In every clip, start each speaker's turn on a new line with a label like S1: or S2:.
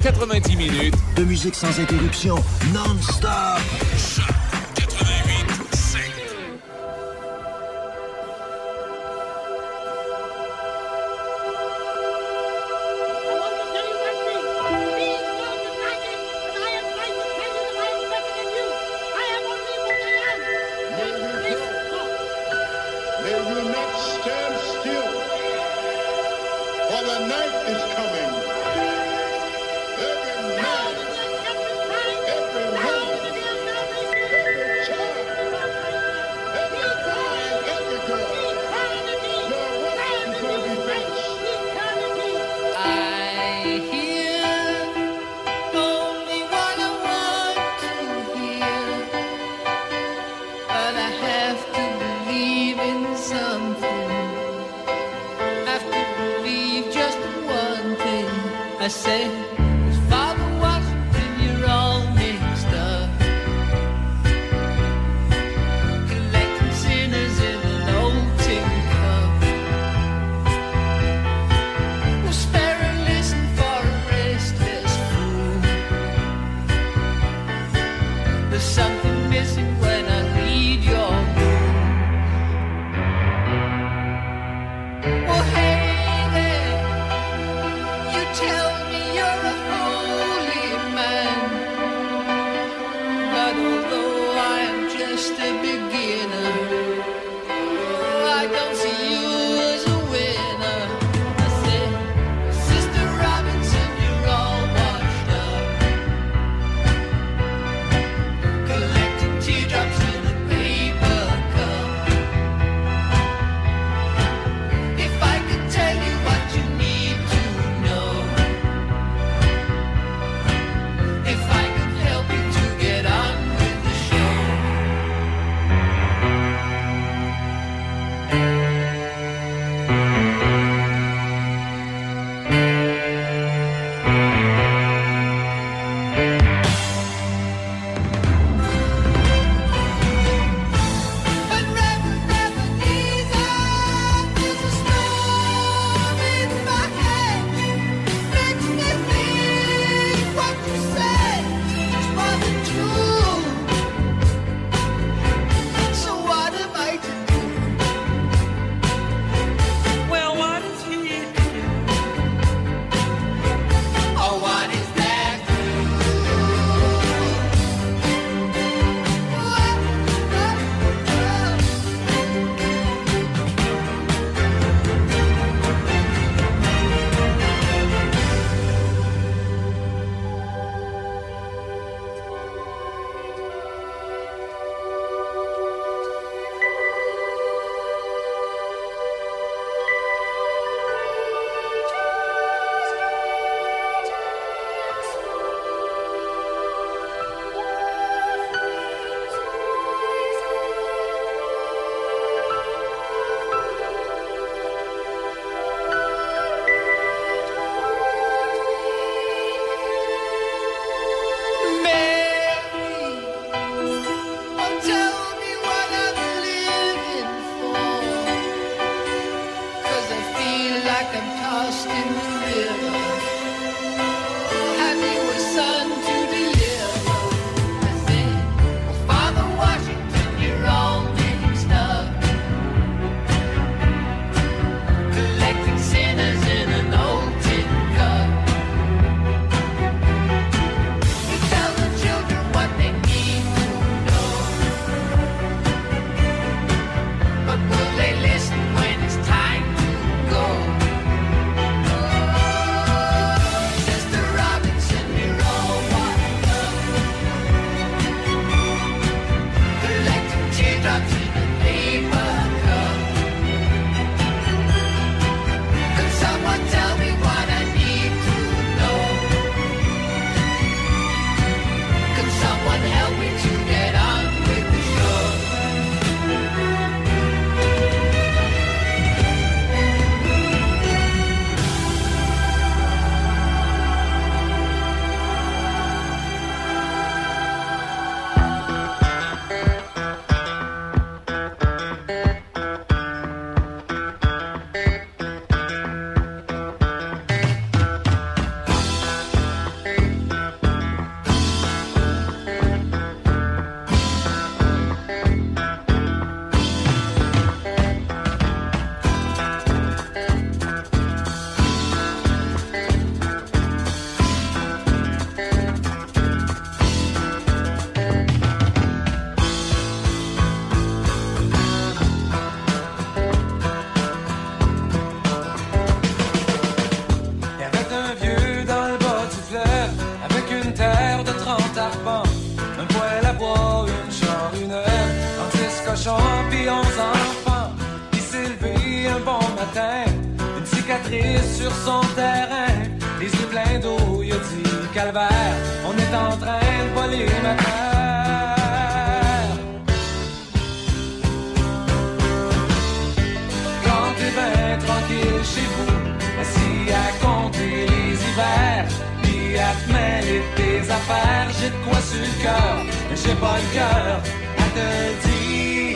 S1: 90 minutes
S2: de musique sans interruption, non-stop.
S1: Choc 88.7.
S3: police sur son terrain, les yeux pleins d'eau, il a dit calvaire, on est en train de voler ma terre. Quand t'es ben tranquille chez vous, assis à compter les hivers, puis à te mêler tes affaires, j'ai de quoi sur le cœur, mais j'ai pas le cœur à te le dire.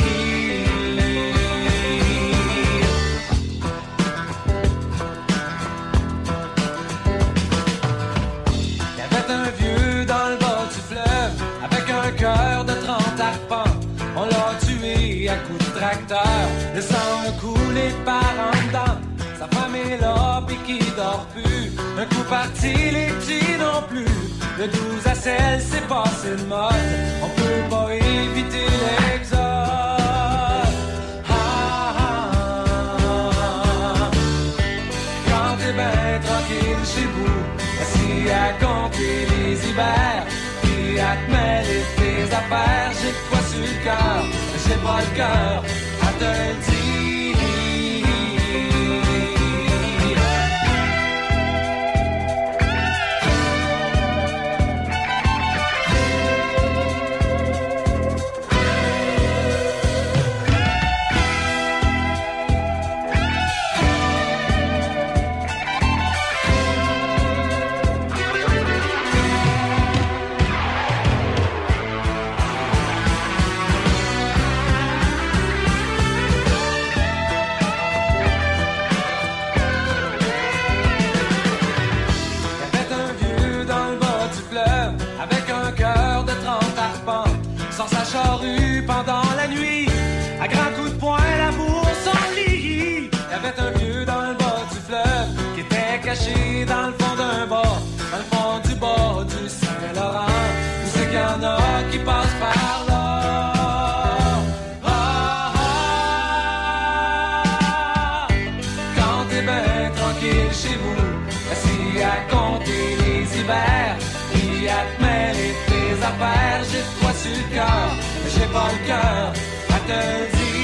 S3: Cœur de 30 arpents, on l'a tué à coups de tracteur. Le sang a coulé par en dedans. Sa femme est là pis qui dort plus. Un coup parti, les petits non plus. Le 12 à sel, c'est passé le mode. On peut pas éviter l'exode. Quand t'es ben tranquille chez vous, assis à compter les hivers, puis à te mêler tes affaires, j'ai de quoi sur le cœur, mais j'ai pas le cœur à te le dire. Charrue pendant la nuit, à grands coups de poing, l'amour s'enlit. Il y avait un vieux dans le bas du fleuve qui était caché dans le fond d'un bas, dans le fond du bas du Saint-Laurent. Où c'est qu'il y en a qui passent par là? Quand t'es ben tranquille chez vous, assis à compter les hivers, puis à te mêler tes affaires, j'ai de quoi sur le cœur, mais j'ai pas le cœur à te le dire.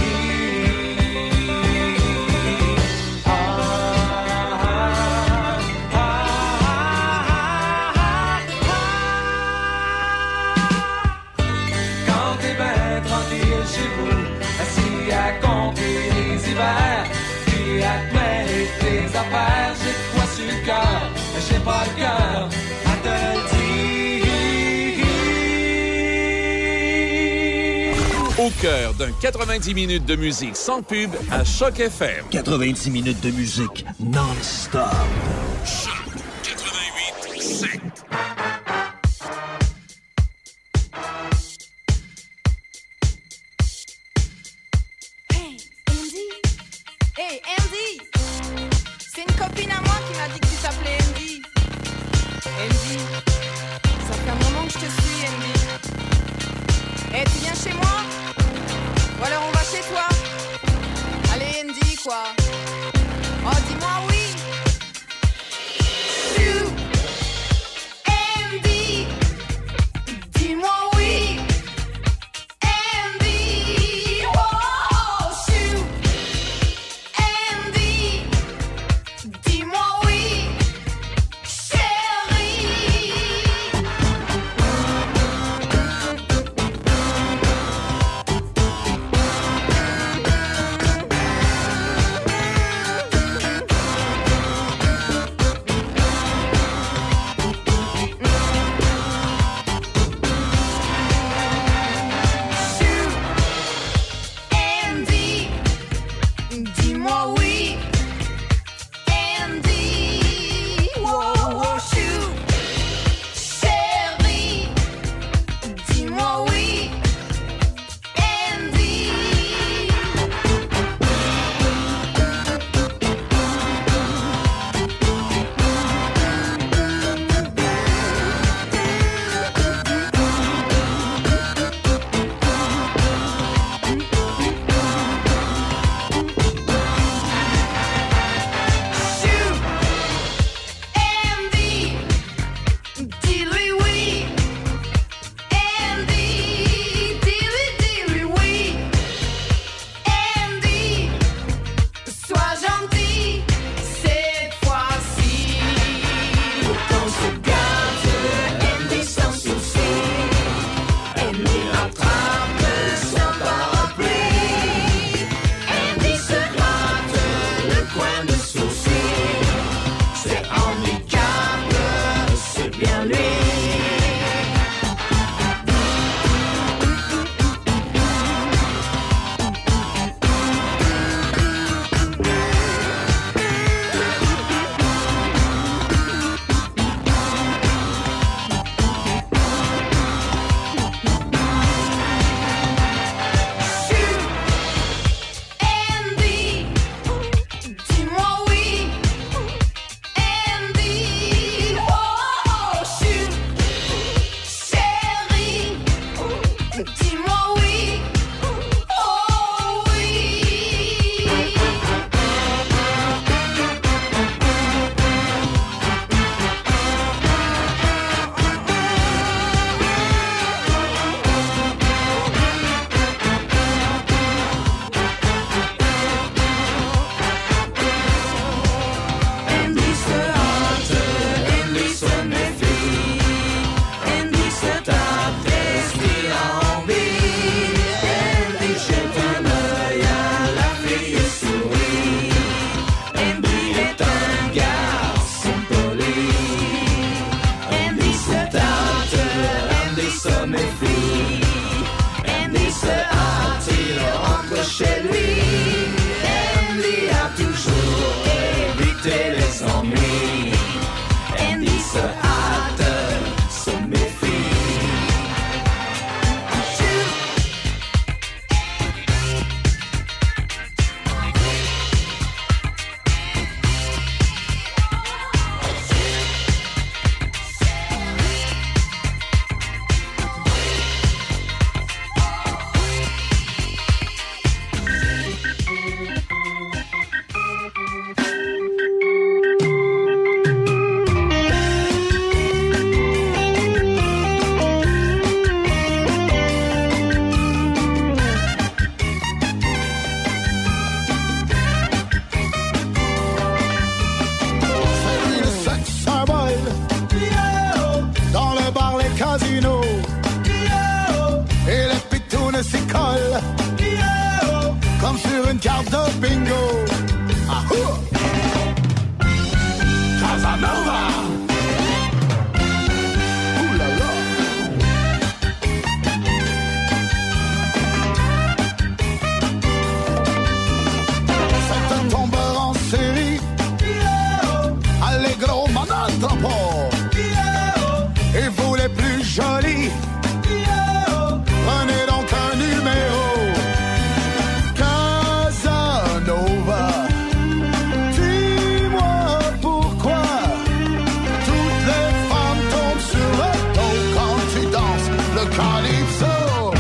S3: Quand t'es ben tranquille chez vous, assis à compter les hivers, puis à te mêler tes affaires, j'ai de quoi sur le cœur, mais j'ai pas le cœur à te le dire.
S1: Au cœur d'un 90 minutes de musique sans pub à Choc FM.
S2: 90 minutes de musique non-stop.
S1: Choc 88.7.
S4: Hey, Andy! Hey, Andy! C'est une copine à moi qui m'a dit que tu t'appelais Andy. Andy, ça fait un moment que je te suis, Andy. Hey, tu viens chez moi? Ou alors on va chez toi? Allez, Andy, quoi. Oh, dis-moi oui. You, Andy, dis-moi oui. Andy, oh, shoot. Andy, dis-moi oui. Chérie.
S5: carte de bingo. Ahou! Casanova! Ouh là là! C'est un tombeur en série. Allegro Manantropo. Et vous les plus jolis, prenez donc un numéro. Casanova, dis-moi pourquoi toutes les femmes tombent sur le dos quand tu danses le calypso.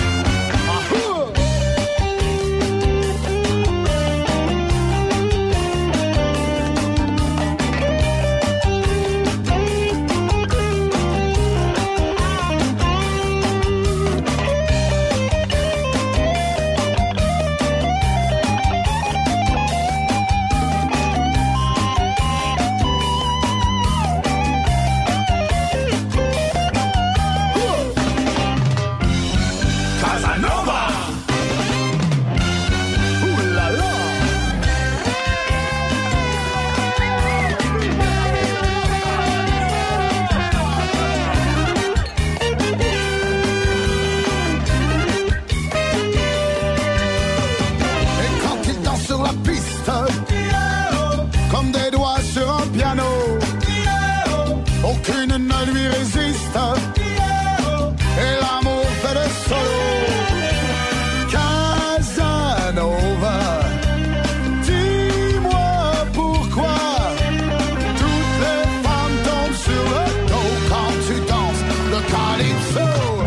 S5: Aucune ne lui résiste. Et l'amour fait le solo. Casanova, dis-moi pourquoi toutes les femmes tombent sur le dos quand tu danses le calypso.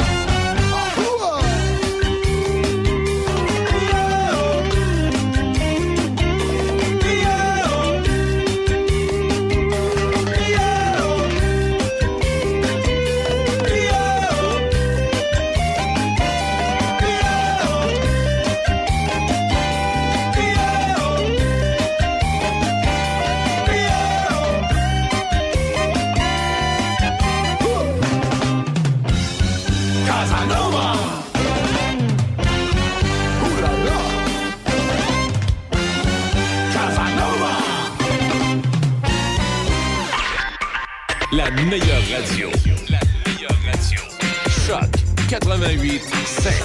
S1: La meilleure radio. La meilleure radio. Choc 88.7.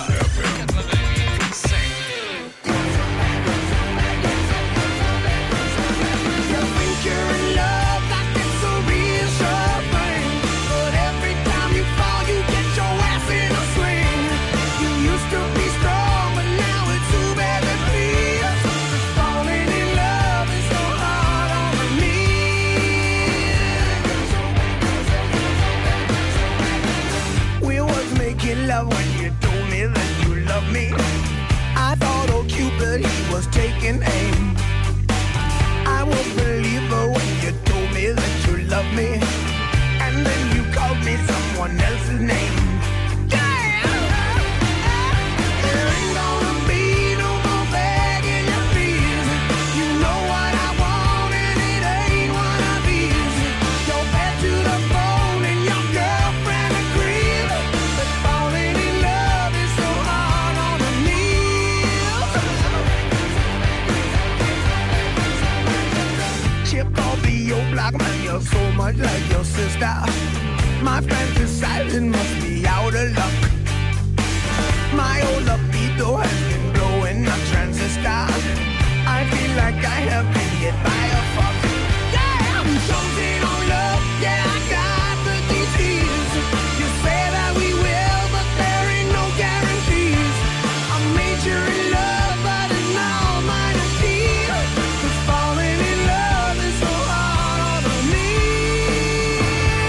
S6: When you told me that you loved me, I thought, oh Cupid, he was taking aim. I was a believer when you told me that you loved me, and then you called me someone else's name. Damn! There ain't gonna be no more begging your please. You know what I want and it ain't one of these. Your bed to the bone and your girlfriend agrees. But falling in love is so hard on the knees. Chip off the old block, man, you're so much like your sister. My fantasizing must be out of luck. My old libido has been blowing up transistor. I feel like I have been hit by a fuck. Yeah, I'm chosen on love. Yeah, I got the disease. You say that we will, but there ain't no guarantees. I'm major in love, but it's not mine to keep. 'Cause falling in love is so hard on the knees.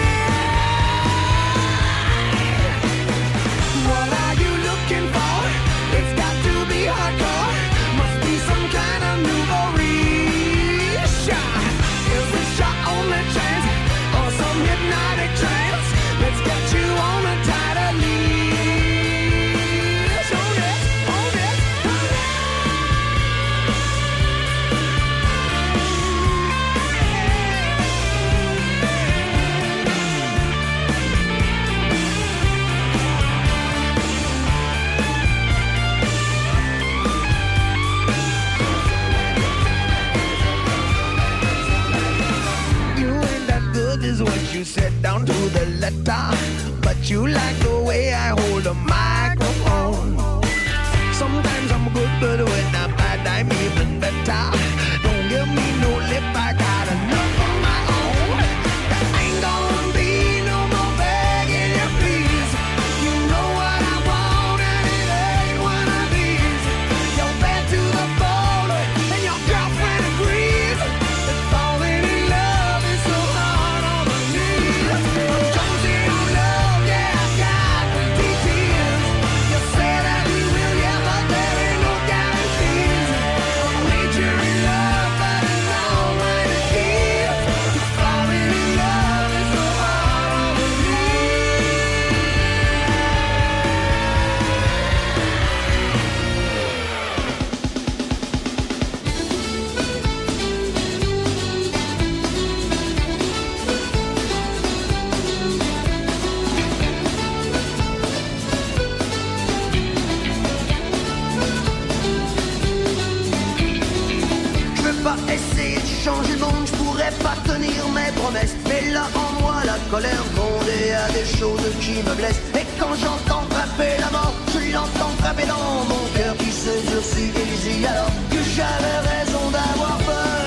S6: What are you looking for? It's got to be hardcore. Must be some kind of nouveau riche. Is this your only chance? Or some letter, but you like the way I hold a microphone. Sometimes I'm good, but when I'm bad, I'm even better. Don't give me no lip, I got enough of my own. There ain't gonna be no more begging you, please. You know what I want, and it ain't one of these. You're bad to the bone, and your girlfriend agrees that falling in love is so hard on the knees. I'm chosen on love, yeah, I've got plenty tears. You say that we will, yeah, but there ain't no guarantees. I'm nature in love, but it's all right to keep. Falling in love is so hard on the knees. Je veux pas essayer de changer le monde, je pourrais pas tenir mes promesses. Mais là en moi la colère gronde et y a des choses qui me blessent. Et quand j'entends frapper la mort, je l'entends frapper dans mon cœur qui se durcit et je dis alors que j'avais raison d'avoir peur.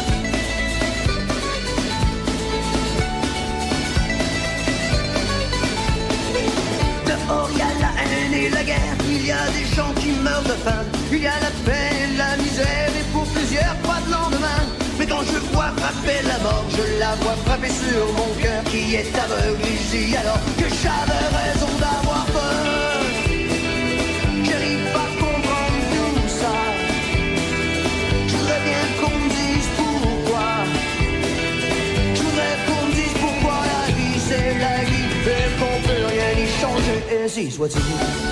S6: Dehors y a la haine et la guerre, il y a des gens qui meurent de faim. Il y a la peine, la misère et pour plusieurs pas de lendemain. Mais quand je vois frapper la mort, je la vois frapper sur mon cœur qui est aveugle. Je dis alors que j'avais raison d'avoir peur. J'arrive pas à comprendre tout ça. Je voudrais bien qu'on me dise pourquoi. Je voudrais qu'on me dise pourquoi la vie c'est la vie et qu'on peut rien y changer. Et si soit-il.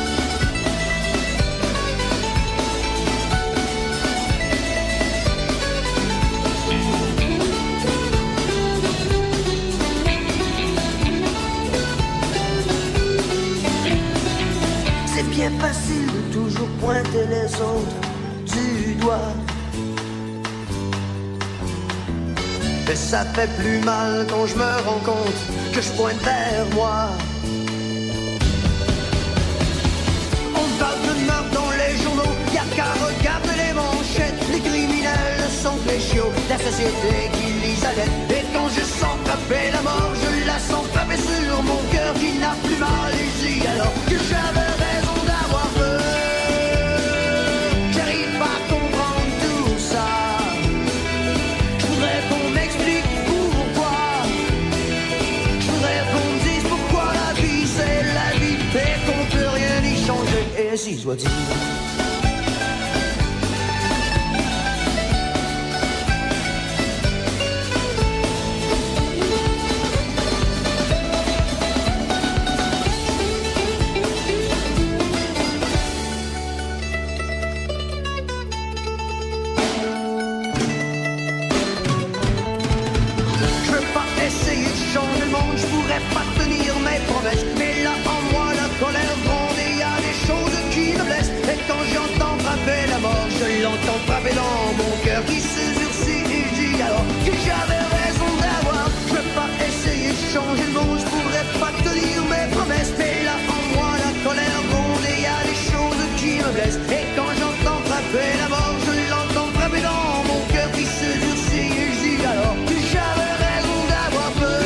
S6: C'est bien facile de toujours pointer les autres du doigt. Mais ça fait plus mal quand je me rends compte que je pointe vers moi. On parle de meurtre dans les journaux, y'a qu'à regarder les manchettes. Les criminels sont les chiots, la société qui les allait. Et quand je sens frapper la mort, je la sens frapper sur mon cœur qui n'a plus mal. Et je dis alors que j'avais raison d'avoir peur. J'arrive pas à comprendre tout ça. Je voudrais qu'on m'explique pourquoi. Je voudrais qu'on me dise pourquoi la vie c'est la vie et qu'on peut rien y changer. Et si soit-il. Pas tenir mes promesses, mais là en moi la colère gronde et y a des choses qui me blessent. Et quand j'entends frapper la mort, je l'entends frapper dans mon cœur qui se durcit et je dis alors que j'avais raison d'avoir. Je veux pas essayer de changer le monde, je pourrais pas tenir mes promesses, mais là en moi la colère gronde et y a des choses qui me blessent. Et quand j'entends frapper la mort, je l'entends frapper dans mon cœur qui se durcit et je dis alors que j'avais raison d'avoir peur.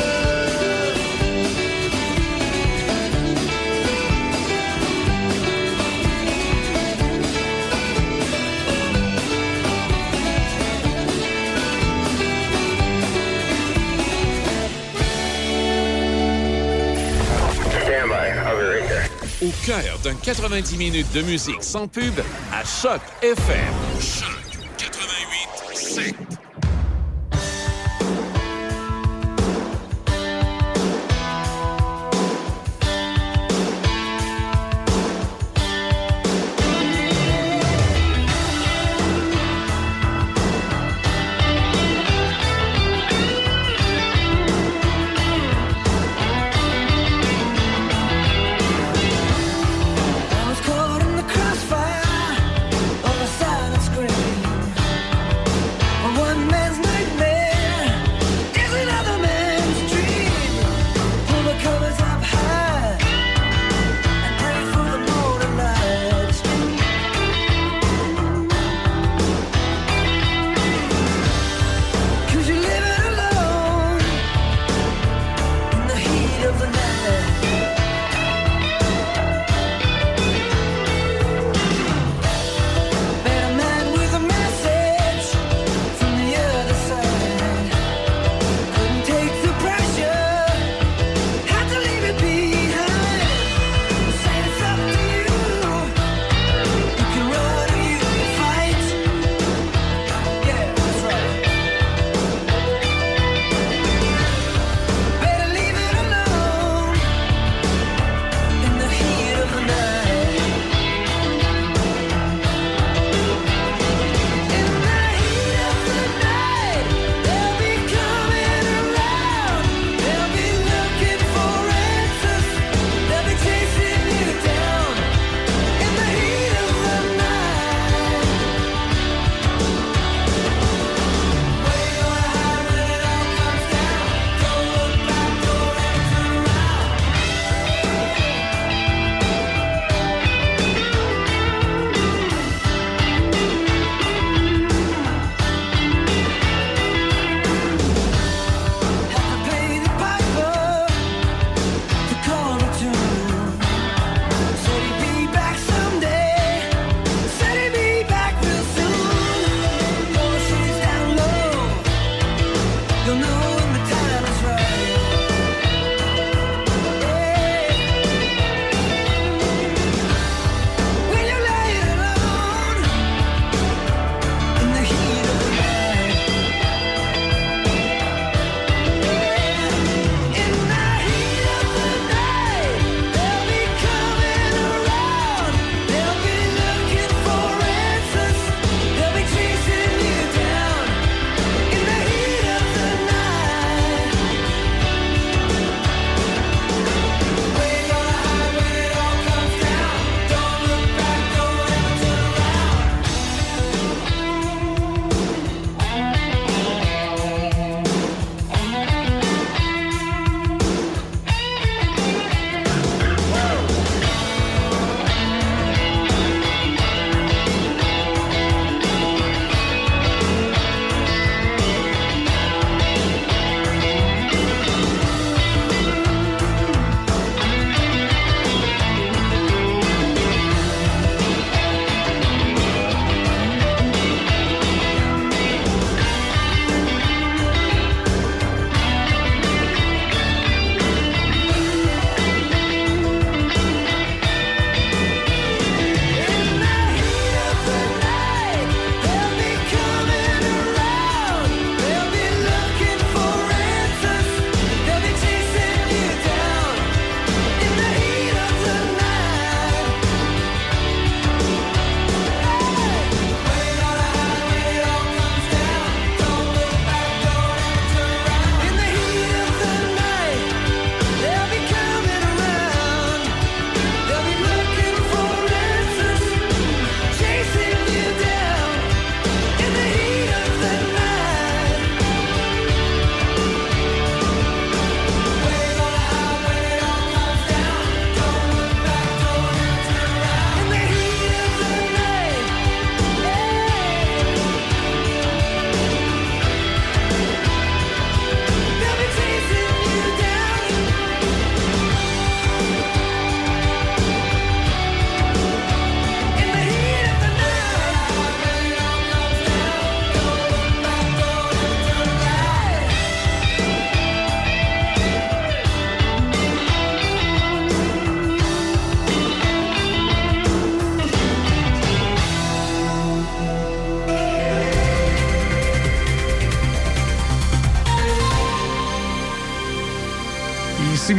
S1: Au cœur d'un 90 minutes de musique sans pub à Choc FM. Choc 88.7.
S3: Caught in the crossfire of a silent scream.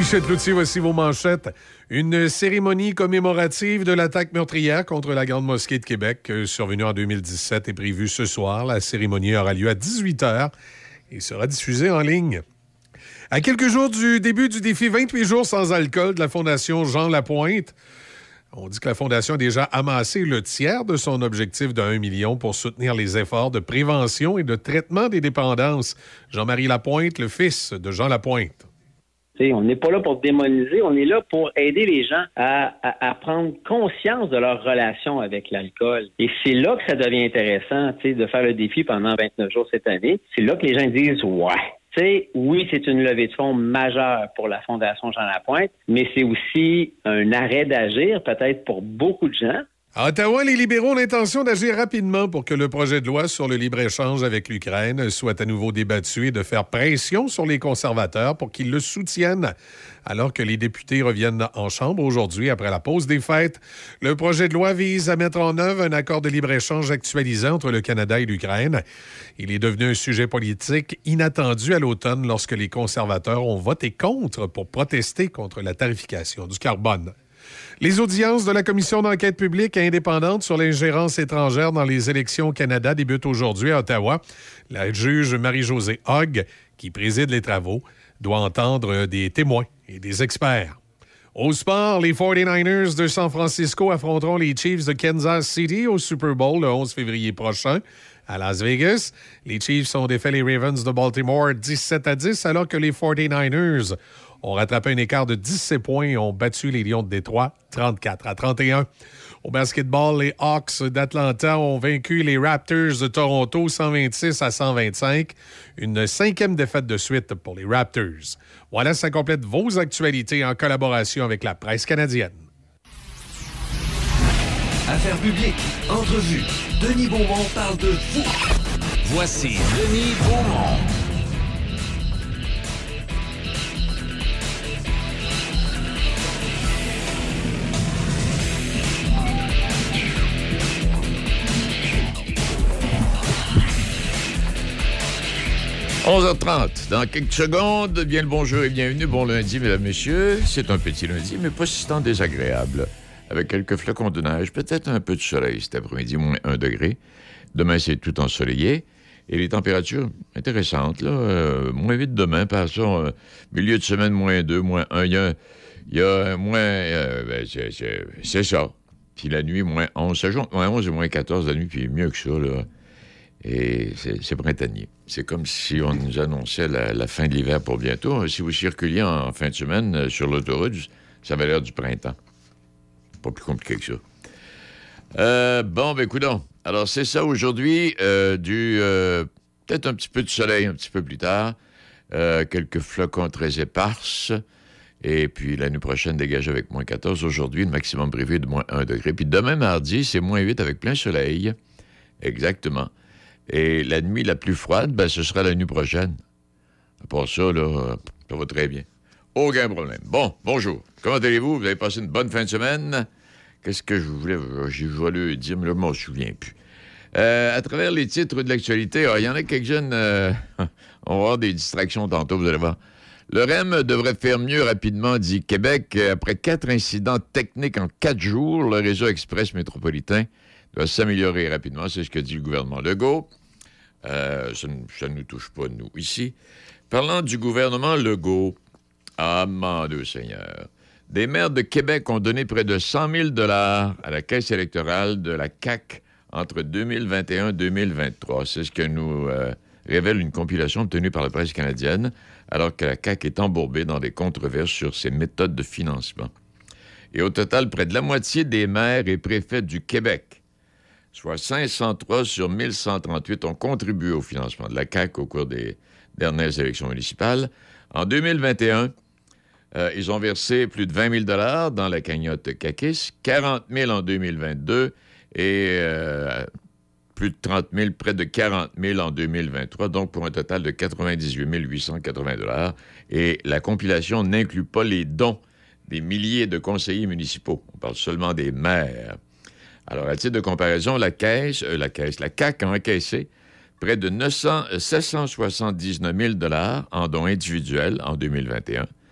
S7: Michel Cloutier, voici vos manchettes. Une cérémonie commémorative de l'attaque meurtrière contre la Grande Mosquée de Québec, survenue en 2017, est prévue ce soir. La cérémonie aura lieu à 18h et sera diffusée en ligne. À quelques jours du début du défi 28 jours sans alcool de la Fondation Jean Lapointe, on dit que la Fondation a déjà amassé le tiers de son objectif de 1 million pour soutenir les efforts de prévention et de traitement des dépendances. Jean-Marie Lapointe, le fils de Jean Lapointe.
S8: On n'est pas là pour démoniser, on est là pour aider les gens à prendre conscience de leur relation avec l'alcool. Et c'est là que ça devient intéressant, de faire le défi pendant 29 jours cette année. C'est là que les gens disent « ouais ». Oui, c'est une levée de fonds majeure pour la Fondation Jean Lapointe, mais c'est aussi un arrêt d'agir, peut-être pour beaucoup de gens.
S7: À Ottawa, les libéraux ont l'intention d'agir rapidement pour que le projet de loi sur le libre-échange avec l'Ukraine soit à nouveau débattu et de faire pression sur les conservateurs pour qu'ils le soutiennent. Alors que les députés reviennent en chambre aujourd'hui après la pause des fêtes, le projet de loi vise à mettre en œuvre un accord de libre-échange actualisé entre le Canada et l'Ukraine. Il est devenu un sujet politique inattendu à l'automne lorsque les conservateurs ont voté contre pour protester contre la tarification du carbone. Les audiences de la Commission d'enquête publique indépendante sur l'ingérence étrangère dans les élections au Canada débutent aujourd'hui à Ottawa. La juge Marie-Josée Hogg, qui préside les travaux, doit entendre des témoins et des experts. Au sport, les 49ers de San Francisco affronteront les Chiefs de Kansas City au Super Bowl le 11 février prochain. À Las Vegas, les Chiefs ont défait les Ravens de Baltimore 17-10, alors que les 49ers ont rattrapé un écart de 17 points et ont battu les Lions de Détroit 34-31. Au basketball, les Hawks d'Atlanta ont vaincu les Raptors de Toronto 126-125. Une 5e défaite de suite pour les Raptors. Voilà, ça complète vos actualités en collaboration avec la presse canadienne.
S2: Affaires publiques, entrevues. Denis Beaumont parle de vous.
S1: Voici Denis Beaumont. « 11h30. Dans quelques secondes, bien le bonjour et bienvenue. Bon lundi, mesdames, messieurs. C'est un petit lundi, mais pas si tant désagréable. Avec quelques flocons de neige, peut-être un peu de soleil cet après-midi, moins 1 degré. Demain, c'est tout ensoleillé. Et les températures intéressantes, là. Moins 8 demain, passons milieu de semaine, moins 2, moins 1. Il y a moins... c'est ça. Puis la nuit, moins 11. Ça joue moins 11 et moins 14 la nuit, puis mieux que ça, là. Et c'est printanier. C'est comme si on nous annonçait la fin de l'hiver pour bientôt. Si vous circuliez en fin de semaine sur l'autoroute, ça avait l'air du printemps. Pas plus compliqué que ça. Bon, ben coudonc. Alors, c'est ça aujourd'hui. Peut-être un petit peu de soleil un petit peu plus tard. Quelques flocons très éparses. Et puis, la nuit prochaine, dégage avec moins 14. Aujourd'hui, le maximum prévu de moins 1 degré. Puis demain, mardi, c'est moins 8 avec plein soleil. Exactement. Et la nuit la plus froide, ben, ce sera la nuit prochaine. À part ça, là, ça va très bien. Aucun problème. Bon, bonjour. Comment allez-vous? Vous avez passé une bonne fin de semaine? Qu'est-ce que je voulais le dire, mais là, je m'en souviens plus. À travers les titres de l'actualité, il y en a quelques-unes, on va avoir des distractions tantôt, vous allez voir. Le REM devrait faire mieux rapidement, dit Québec. Après 4 incidents techniques en 4 jours, le réseau express métropolitain doit s'améliorer rapidement. C'est ce que dit le gouvernement Legault. Ça ne nous touche pas, nous, ici. Parlant du gouvernement Legault, ah, mon Dieu Seigneur, des maires de Québec ont donné près de 100 000 $ à la caisse électorale de la CAQ entre 2021 et 2023. C'est ce que nous révèle une compilation obtenue par la presse canadienne, alors que la CAQ est embourbée dans des controverses sur ses méthodes de financement. Et au total, près de la moitié des maires et préfets du Québec, soit 503 sur 1138, ont contribué au financement de la CAQ au cours des dernières élections municipales. En 2021, ils ont versé plus de 20 000 $ dans la cagnotte caquiste, 40 000 en 2022 et plus de 30 000, près de 40 000 en 2023, donc pour un total de 98 880 $. Et la compilation n'inclut pas les dons des milliers de conseillers municipaux. On parle seulement des maires. Alors, à titre de comparaison, la CAQ a encaissé près de 779 000 $ en dons individuels en 2021,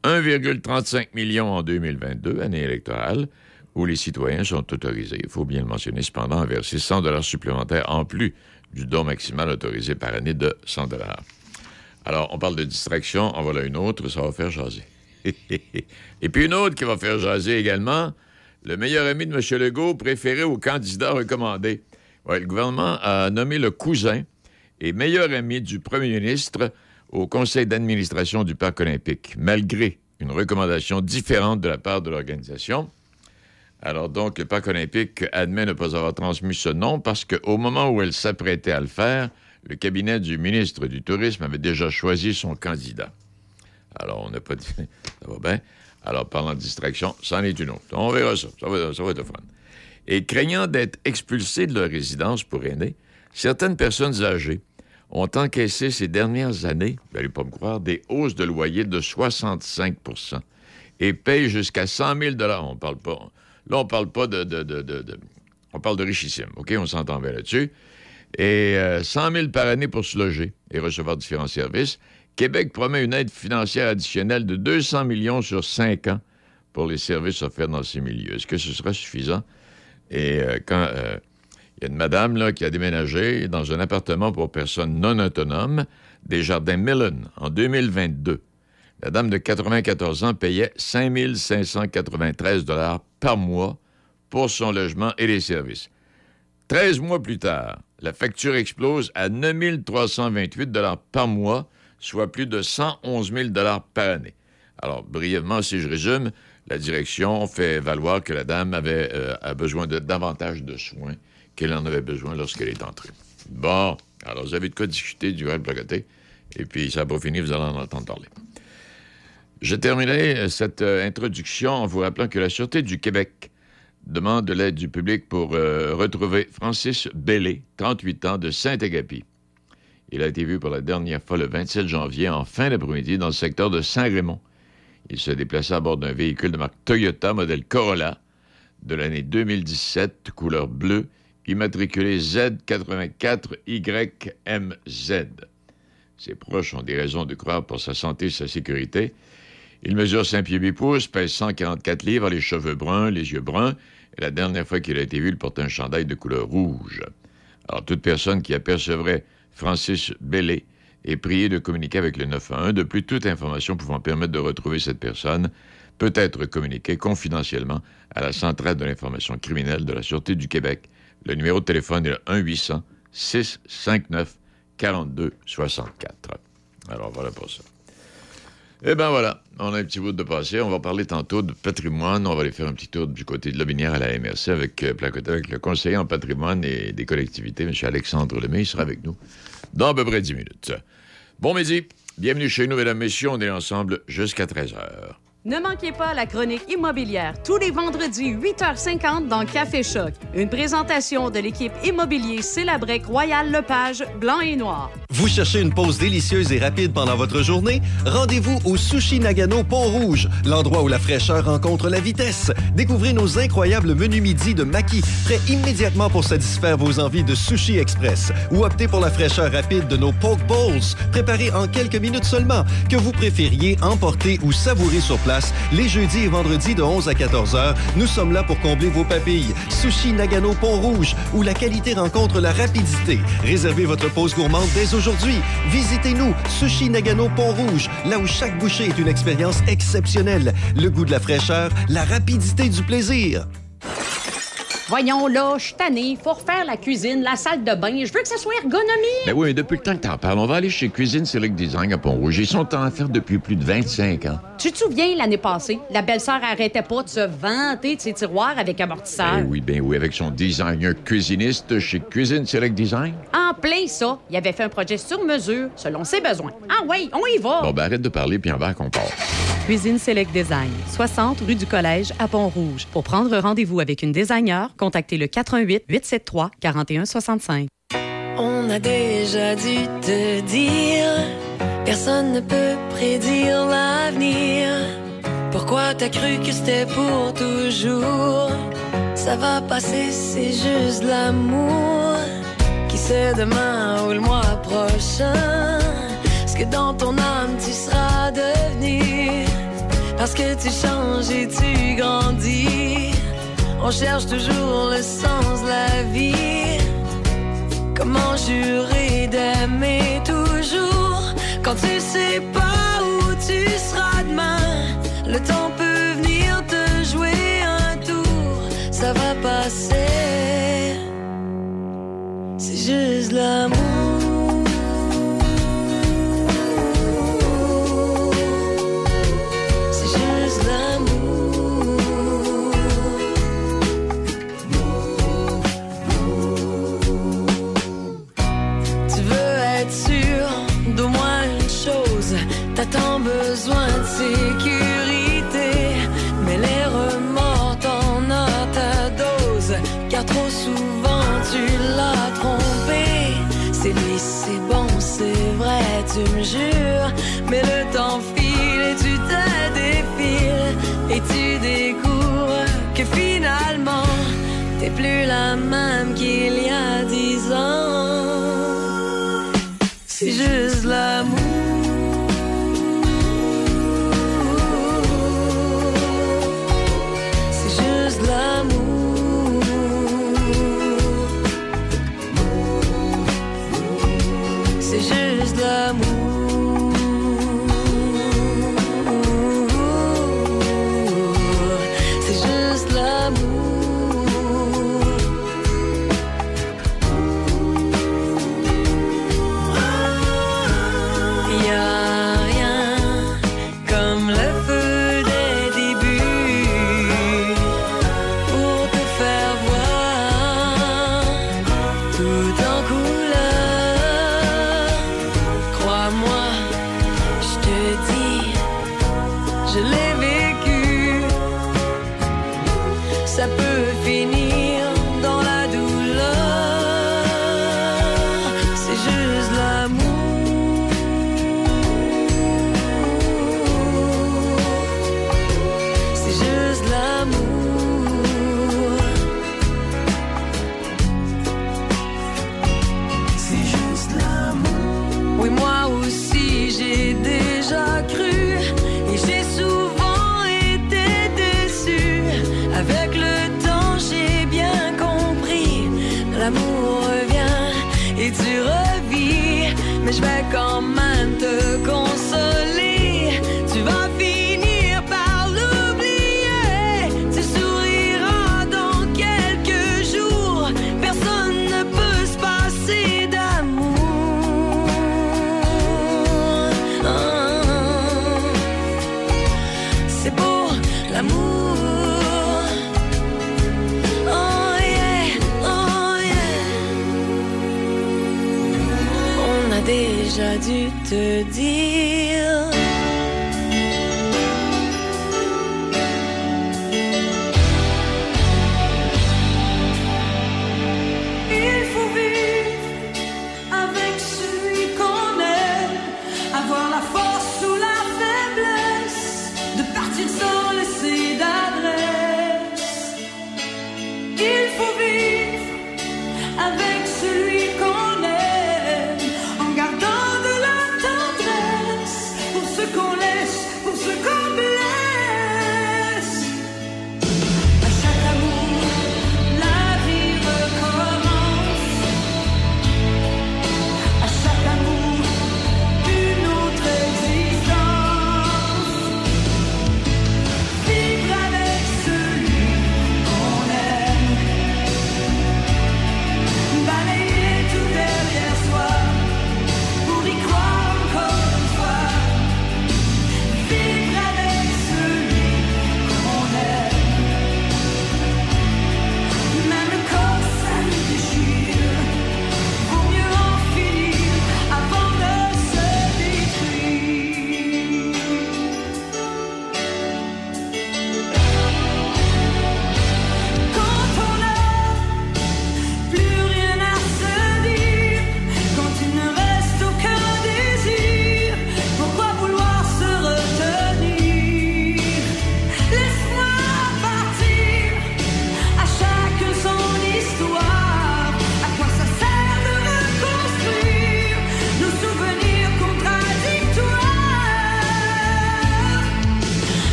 S1: 1,35 million en 2022, année électorale, où les citoyens sont autorisés, il faut bien le mentionner cependant, à verser 100 $ supplémentaires en plus du don maximal autorisé par année de 100 $. Alors, on parle de distraction, en voilà une autre, ça va faire jaser. Et puis une autre qui va faire jaser également, le meilleur ami de M. Legault, préféré au candidat recommandé. Ouais, le gouvernement a nommé le cousin et meilleur ami du premier ministre au conseil d'administration du Parc olympique, malgré une recommandation différente de la part de l'organisation. Alors donc, le Parc olympique admet ne pas avoir transmis ce nom parce qu'au moment où elle s'apprêtait à le faire, le cabinet du ministre du Tourisme avait déjà choisi son candidat. Alors, on n'a pas dit... Ça va bien. Alors, parlant de distraction, c'en est une autre. On verra ça. Ça va être le fun. Et craignant d'être expulsés de leur résidence pour aînés, certaines personnes âgées ont encaissé ces dernières années, vous n'allez pas me croire, des hausses de loyer de 65 % et payent jusqu'à 100 000 $. On parle pas... Là, on parle pas on parle de richissime, OK? On s'entend bien là-dessus. Et 100 000 par année pour se loger et recevoir différents services. Québec promet une aide financière additionnelle de 200 millions sur 5 ans pour les services offerts dans ces milieux. Est-ce que ce sera suffisant? Et quand il y a une madame là, qui a déménagé dans un appartement pour personnes non autonomes, des Jardins Millen, en 2022, la dame de 94 ans payait 5 593 $ par mois pour son logement et les services. 13 mois plus tard, la facture explose à 9 328 $ par mois, soit plus de 111 000 $ par année. Alors, brièvement, si je résume, la direction fait valoir que la dame a besoin de davantage de soins qu'elle en avait besoin lorsqu'elle est entrée. Bon, alors vous avez de quoi discuter du rêve placoté, et puis ça n'a pas fini, vous allez en entendre parler. Je terminerai cette introduction en vous rappelant que la Sûreté du Québec demande de l'aide du public pour retrouver Francis Bellé, 38 ans, de Saint-Agapi. Il a été vu pour la dernière fois le 27 janvier en fin d'après-midi dans le secteur de Saint-Raymond. Il se déplaçait à bord d'un véhicule de marque Toyota, modèle Corolla, de l'année 2017, couleur bleue, immatriculé Z84YMZ. Ses proches ont des raisons de croire pour sa santé et sa sécurité. Il mesure 5 pieds 8 pouces, pèse 144 livres, a les cheveux bruns, les yeux bruns, et la dernière fois qu'il a été vu, il portait un chandail de couleur rouge. Alors, toute personne qui apercevrait Francis Bellé est priée de communiquer avec le 911. De plus, toute information pouvant permettre de retrouver cette personne peut être communiquée confidentiellement à la Centrale de l'information criminelle de la Sûreté du Québec. Le numéro de téléphone est le 1-800-659-4264. Alors, voilà pour ça. Eh bien, voilà, on a un petit bout de passé. On va parler tantôt de patrimoine. On va aller faire un petit tour du côté de Lobinière à la MRC avec le conseiller en patrimoine et des collectivités, M. Alexandre Lemay. Il sera avec nous dans à peu près 10 minutes. Bon midi, bienvenue chez nous, mesdames, messieurs. On est ensemble jusqu'à 13h.
S9: Ne manquez pas la chronique immobilière tous les vendredis 8h50 dans Café Choc. Une présentation de l'équipe immobilier Célabrec Royal Lepage, blanc et noir.
S10: Vous cherchez une pause délicieuse et rapide pendant votre journée? Rendez-vous au Sushi Nagano Pont-Rouge, l'endroit où la fraîcheur rencontre la vitesse. Découvrez nos incroyables menus midi de maquis, prêts immédiatement pour satisfaire vos envies de sushi express. Ou optez pour la fraîcheur rapide de nos poke bowls, préparés en quelques minutes seulement, que vous préfériez emporter ou savourer sur place. Les jeudis et vendredis de 11 à 14 heures, nous sommes là pour combler vos papilles. Sushi Nagano Pont-Rouge, où la qualité rencontre la rapidité. Réservez votre pause gourmande dès aujourd'hui. Visitez-nous, Sushi Nagano Pont-Rouge, là où chaque bouchée est une expérience exceptionnelle. Le goût de la fraîcheur, la rapidité du plaisir.
S11: Voyons là, je suis tanné. Faut refaire la cuisine, la salle de bain. Je veux que ça soit ergonomique.
S1: Ben oui, mais depuis le temps que t'en parles, on va aller chez Cuisine Select Design à Pont-Rouge. Ils sont en affaires depuis plus de 25 ans.
S11: Tu te souviens, l'année passée, la belle-sœur arrêtait pas de se vanter de ses tiroirs avec amortisseur.
S1: Ben oui, avec son designer cuisiniste chez Cuisine Select Design.
S11: En plein ça, il avait fait un projet sur mesure, selon ses besoins. Ah oui, on y va!
S1: Bon, ben arrête de parler, puis en va qu'on part.
S9: Cuisine Select Design, 60 rue du Collège à Pont-Rouge. Pour prendre rendez-vous avec une designer, contactez le 418-873-4165.
S12: On a déjà dû te dire, personne ne peut prédire l'avenir. Pourquoi t'as cru que c'était pour toujours? Ça va passer, c'est juste l'amour. Qui sait demain ou le mois prochain ce que dans ton âme tu seras devenu? Parce que tu changes et tu grandis. On cherche toujours le sens de la vie. Comment jurer d'aimer toujours quand tu sais pas où tu seras demain? Le temps peut venir te jouer un tour, ça va passer. C'est juste l'amour. T'as tant besoin de sécurité, mais les remords t'en as ta dose, car trop souvent tu l'as trompé. C'est lui, c'est bon, c'est vrai, tu me jures, mais le temps file et tu te défiles, et tu découvres que finalement t'es plus la même qu'il y a 10 ans. C'est juste l'amour. Je vais quand même te consoler. Tu vas finir par l'oublier. Tu souriras dans quelques jours. Personne ne peut se passer d'amour. C'est beau l'amour. Déjà dû te dire.
S13: Il faut vivre avec celui qu'on aime, avoir la force ou la faiblesse de partir sans laisser d'adresse. Il faut vivre avec celui qu'on aime, en gardant de la tendresse pour